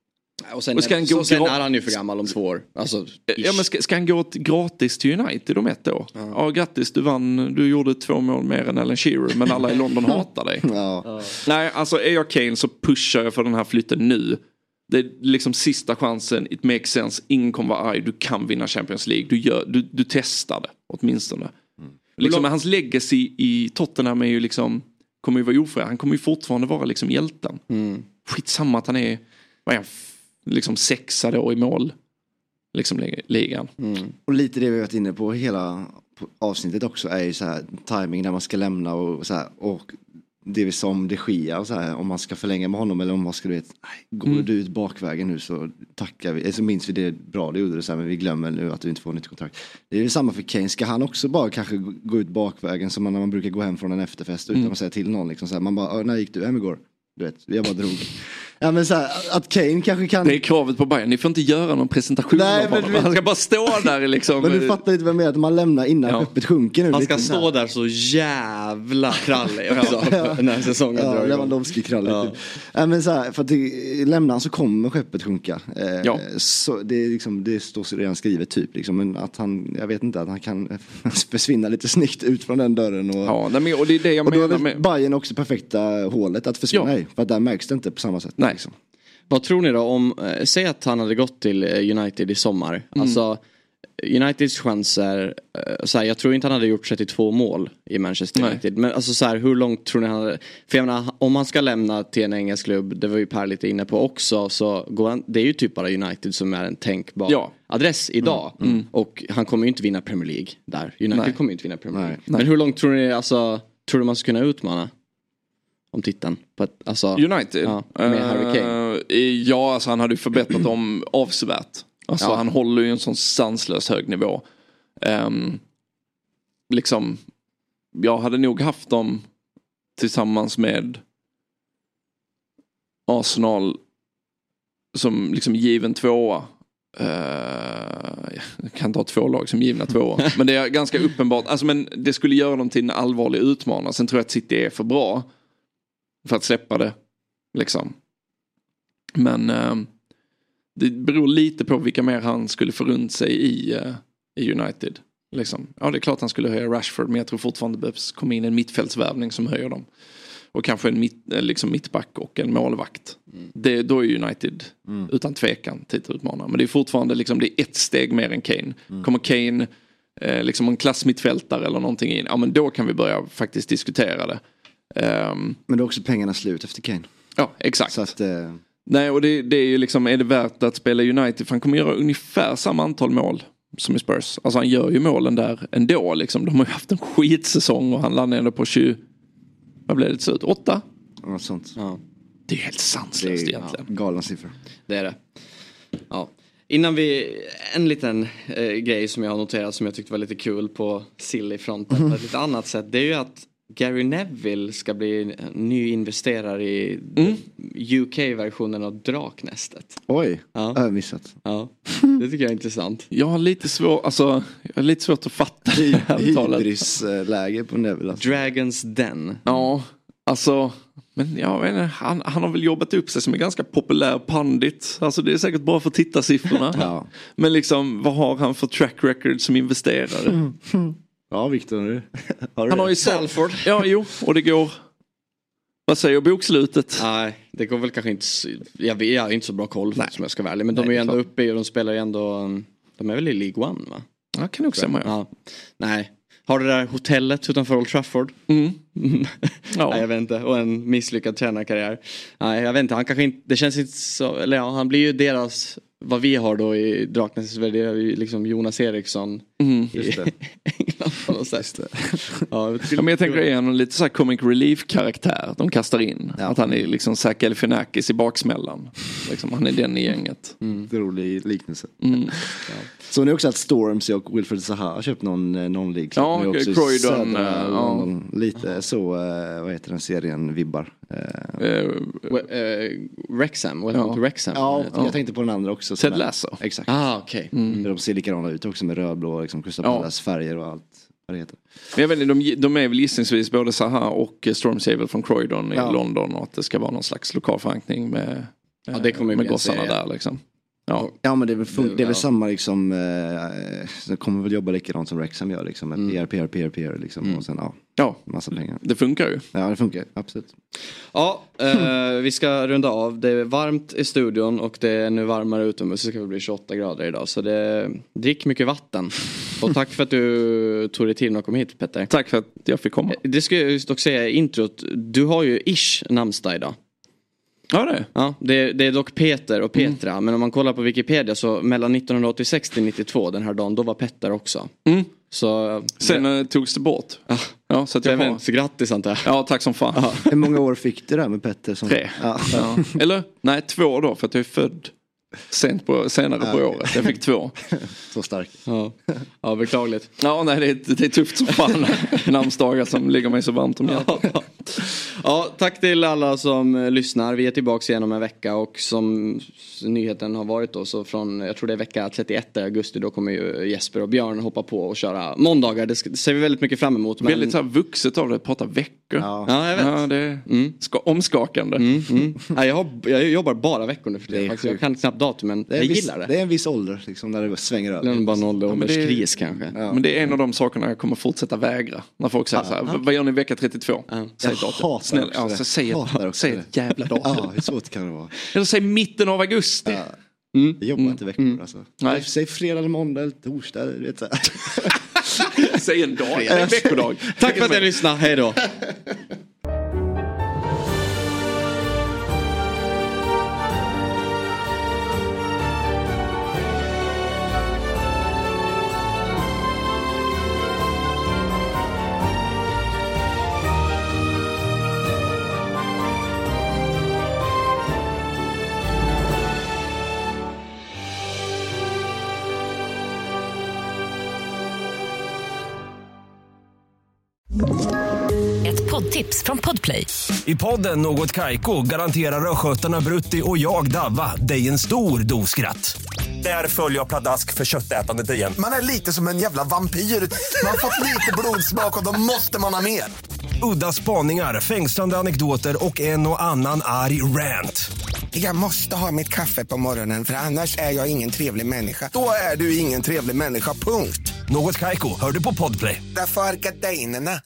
Och sen, och ska han så gå sen gra- är han ju för gammal om två år. Alltså, ja, men ska, ska han gå gratis till United om ett år? Ja. ja, grattis, du vann, du gjorde två mål mer än Alan Shearer, men alla i London hatar dig. Ja. Ja. Nej, alltså är jag Kane så pushar jag för den här flytten nu. Det är liksom sista chansen, it makes sense, ingen kommer vara arg, du kan vinna Champions League, du, gör, du, du testar det åtminstone. Mm. Liksom, hans legacy i Tottenham är ju liksom, kommer ju vara oförändrad, han kommer ju fortfarande vara liksom hjälten. Mm. Skitsamma att han är, vad är han, liksom sexa då i mål, liksom ligan. Mm. Och lite det vi har varit inne på hela avsnittet också är ju så här timing när man ska lämna och så här, och det vi sa om de Gia och så här, om man ska förlänga med honom eller om man ska, du vet, går mm. du ut bakvägen nu så tackar vi, så minns vi det bra, det gjorde det så här, men vi glömmer nu att du inte får nytt kontrakt. Det är ju samma för Kane, ska han också bara kanske gå ut bakvägen som när man brukar gå hem från en efterfest utan mm. att säga till någon liksom så här, man bara, när gick du hem igår? Du vet, jag bara drog. Ja, men så här, att Kane kanske kan... Det är kravet på Bayern, ni får inte göra någon presentation. Nej, av honom. Han ska bara stå där liksom. Men du fattar inte vad jag menar, att man lämnar innan ja. skeppet sjunker nu. Han ska stå där så jävla krallig också. ja. När säsongen ja, drar Lewandowski krallig. Ja. Typ. Ja, men så här, för att det, lämnar han så kommer skeppet sjunka. Eh, ja. Så det, är liksom, det står så redan skrivet typ. Liksom, men att han, jag vet inte, att han kan försvinna lite snyggt ut från den dörren. Och, ja, men, och det är det jag och menar då är med... Bayern också perfekta hålet att försvinna ja. i. För att där märks det inte på samma sätt. Nej. Liksom. Vad tror ni då om, eh, säg att han hade gått till United i sommar. Mm. Alltså Uniteds chanser, eh, så här, jag tror inte han hade gjort trettiotvå mål i Manchester United. Nej. Men alltså så här, hur långt tror ni han hade, för jag menar, om man ska lämna till en engelsk klubb, det var ju Per lite inne på också, så går han, det är ju typ bara United som är en tänkbar ja. adress idag. Mm. Mm. Och han kommer ju inte vinna Premier League där. United Nej. kommer ju inte vinna Premier League. Nej. Men hur långt tror ni, alltså, tror du man ska kunna utmana om titeln på ett, alltså, United ja, med Harry Kane? Uh, ja, alltså han hade ju förbättrat dem avsevärt. Alltså ja. han håller ju en sån sanslös hög nivå. Um, liksom, jag hade nog haft dem tillsammans med Arsenal som liksom given tvåa. Uh, jag kan ta två lag som givna tvåa. Men det är ganska uppenbart. Alltså, men det skulle göra dem till en allvarlig utmanare. Sen tror jag att City är för bra för att släppa det. Liksom. Men uh, det beror lite på vilka mer han skulle få runt sig i, uh, i United. Liksom. Ja, det är klart han skulle höja Rashford, men jag tror fortfarande det behövs komma in en mittfältsvärvning som höjer dem. Och kanske en mitt, liksom mittback och en målvakt. Mm. Det, då är United mm. utan tvekan titelutmanare. Men det är fortfarande liksom, det är ett steg mer än Kane. Mm. Kommer Kane eh, liksom en klassmittfältare eller någonting in, ja men då kan vi börja faktiskt diskutera det. Um, men det är också pengarna slut efter Kane. Ja, exakt. Så att, eh... Nej, och det, det är ju liksom, är det värt att spela United? För han kommer göra ungefär samma antal mål som i Spurs. Alltså han gör ju målen där ändå liksom. De har ju haft en skitsäsong och han landar ändå på tjugo. Vad blev det till slut? Åtta? Ja, sånt. Ja. Det är helt sanslöst egentligen. Ja, galna siffror. Det är det. Ja. Innan vi, en liten eh, grej som jag har noterat som jag tyckte var lite kul på Silly-fronten mm. på ett lite annat sätt. Det är ju att Gary Neville ska bli ny investerare i mm. U K-versionen av Draknästet. Oj, ja. jag har missat. Ja, det tycker jag är intressant. Jag har lite svårt, alltså, jag har lite svårt att fatta hybrisläge på Neville. Alltså. Dragons Den. Ja, alltså, men jag vet inte, han, han har väl jobbat upp sig som en ganska populär pandit. Alltså det är säkert bra för tittarsiffrorna. Ja. Men liksom, vad har han för track record som investerare? Mm. Mm. Ja, Victor. Har han har ju Salford. Ja, jo. Och det går... Vad säger bokslutet? Nej, det går väl kanske inte... Jag, jag har inte så bra koll för, som jag ska välja. Men Nej, de är ju ändå klart. uppe och de spelar ju ändå... De är väl i League One, va? Ja, kan också säga. Ja. Nej. Har det där hotellet utanför Old Trafford? Mm. Ja. Nej, jag vet inte. Och en misslyckad tränarkarriär. Nej, jag vet inte. Han kanske inte... Det känns inte så... Eller ja, han blir ju deras... Vad vi har då i Draknäs, det är ju liksom Jonas Eriksson mm, i England på något sätt. Ja, ja, men jag tänker är han lite så här comic relief-karaktär de kastar in. Ja. Att han är liksom Zach Galifianakis i baksmällan. Liksom, han är den i gänget. Mm. Det är rolig liknelse. Mm. Ja. Så ni också att Stormzy och Wilfred Zaha har köpt någon, någon lig. Ja, okay, Croydon. Uh, ja. Lite så, uh, vad heter den serien, Vibbar. Uh, uh, uh, Wrexham, Welcome ja. to Wrexham. Ja, jag ja. tänkte på den andra också. Ted Lasso. Exakt. Ah, okej. Okay. Mm. De ser likadana ut också med rödblå, liksom, Crystal Palace ja. färger och allt. Vad det heter. Men jag vet inte, de, de är väl gissningsvis både Zaha och Stormzy från Croydon i ja. London och att det ska vara någon slags lokal förankring med Ja, det kommer med bli en gossarna serie. där liksom. Ja. Ja men det är väl, fun- Det- det är väl ja. samma liksom, eh, så kommer väl jobba likadant som Wrexham gör liksom, med P R, P R, P R, P R liksom, och sen ja, Ja, massa pengar. det funkar ju. Ja det funkar, absolut. Ja, eh, vi ska runda av. Det är varmt i studion och det är nu varmare utomhus. Så ska det bli tjugoåtta grader idag. Så det, drick mycket vatten. Och tack för att du tog dig tid och kom hit, Petter. Tack för att jag fick komma. Det ska jag just också säga i introt. Du har ju ish namnsdag idag. Ja, det är. Ja, det, det är dock Peter och Petra. Mm. Men om man kollar på Wikipedia så mellan nittonhundraåttiosex till nittiotvå den här dagen, då var Petter också. Mm. Så, Sen det, togs det bort. Ah, ja, så att jag jag har... vet, så grattis antar jag. Ja, tack som fan. Ja. Hur många år fick du där med Petter? Som... Tre. Ja. Ja. Eller, nej, två då, för att jag är född sent på, senare Ja, på okej. året. Jag fick två. Så stark. Ja, ja beklagligt. Ja, nej, det är, det är tufft som fan. Namnsdagar som ligger mig så varmt om hjärtat. Ja, tack till alla som lyssnar. Vi är tillbaka igen om en vecka och som nyheten har varit då så från, jag tror det är vecka trettioett augusti, då kommer ju Jesper och Björn hoppa på och köra måndagar. Det, ska, det ser vi väldigt mycket fram emot. Men... Väldigt så här vuxet av det att prata veckor. Ja, ja jag vet. Ja, det är Mm. ska, omskakande. Mm, mm. Ja, jag, har, jag jobbar bara veckor nu för det. Det är Faktiskt. Jag sjukt. kan knappt datum men Det är jag en viss, gillar det. det är en viss ålder liksom, när det svänger över. Det är bara en ålder, Ja, men det är- ålderskris kanske. Ja. Men det är en av de sakerna jag kommer fortsätta vägra. När folk säger så här, vad gör ni vecka trettiotvå? Ja. Säg Jag datum. hatar Snälla, också ja, det. så säg, Hatar ett, också säg det. ett jävla datum. Ja, hur svårt kan det vara? Eller säg mitten av augusti. Ja. Mm. Jag jobbar inte veckor alltså. Nej. Säg fredag eller måndag eller torsdag. Du vet, så här. Säg en dag, en veckodag. Tack för att ni lyssnade, hej då. Ett poddtips från Podplay. I podden Något Kaiko garanterar röskötarna Brutti och jag Davva dig en stor dos skratt. Där följer jag pladask för köttätandet igen. Man är lite som en jävla vampyr. Man har fått lite blodsmak och då måste man ha mer. Udda spaningar, fängslande anekdoter och en och annan arg rant. Jag måste ha mitt kaffe på morgonen för annars är jag ingen trevlig människa. Då är du ingen trevlig människa, punkt. Något Kaiko, hör du på Podplay. Därför är gardinerna.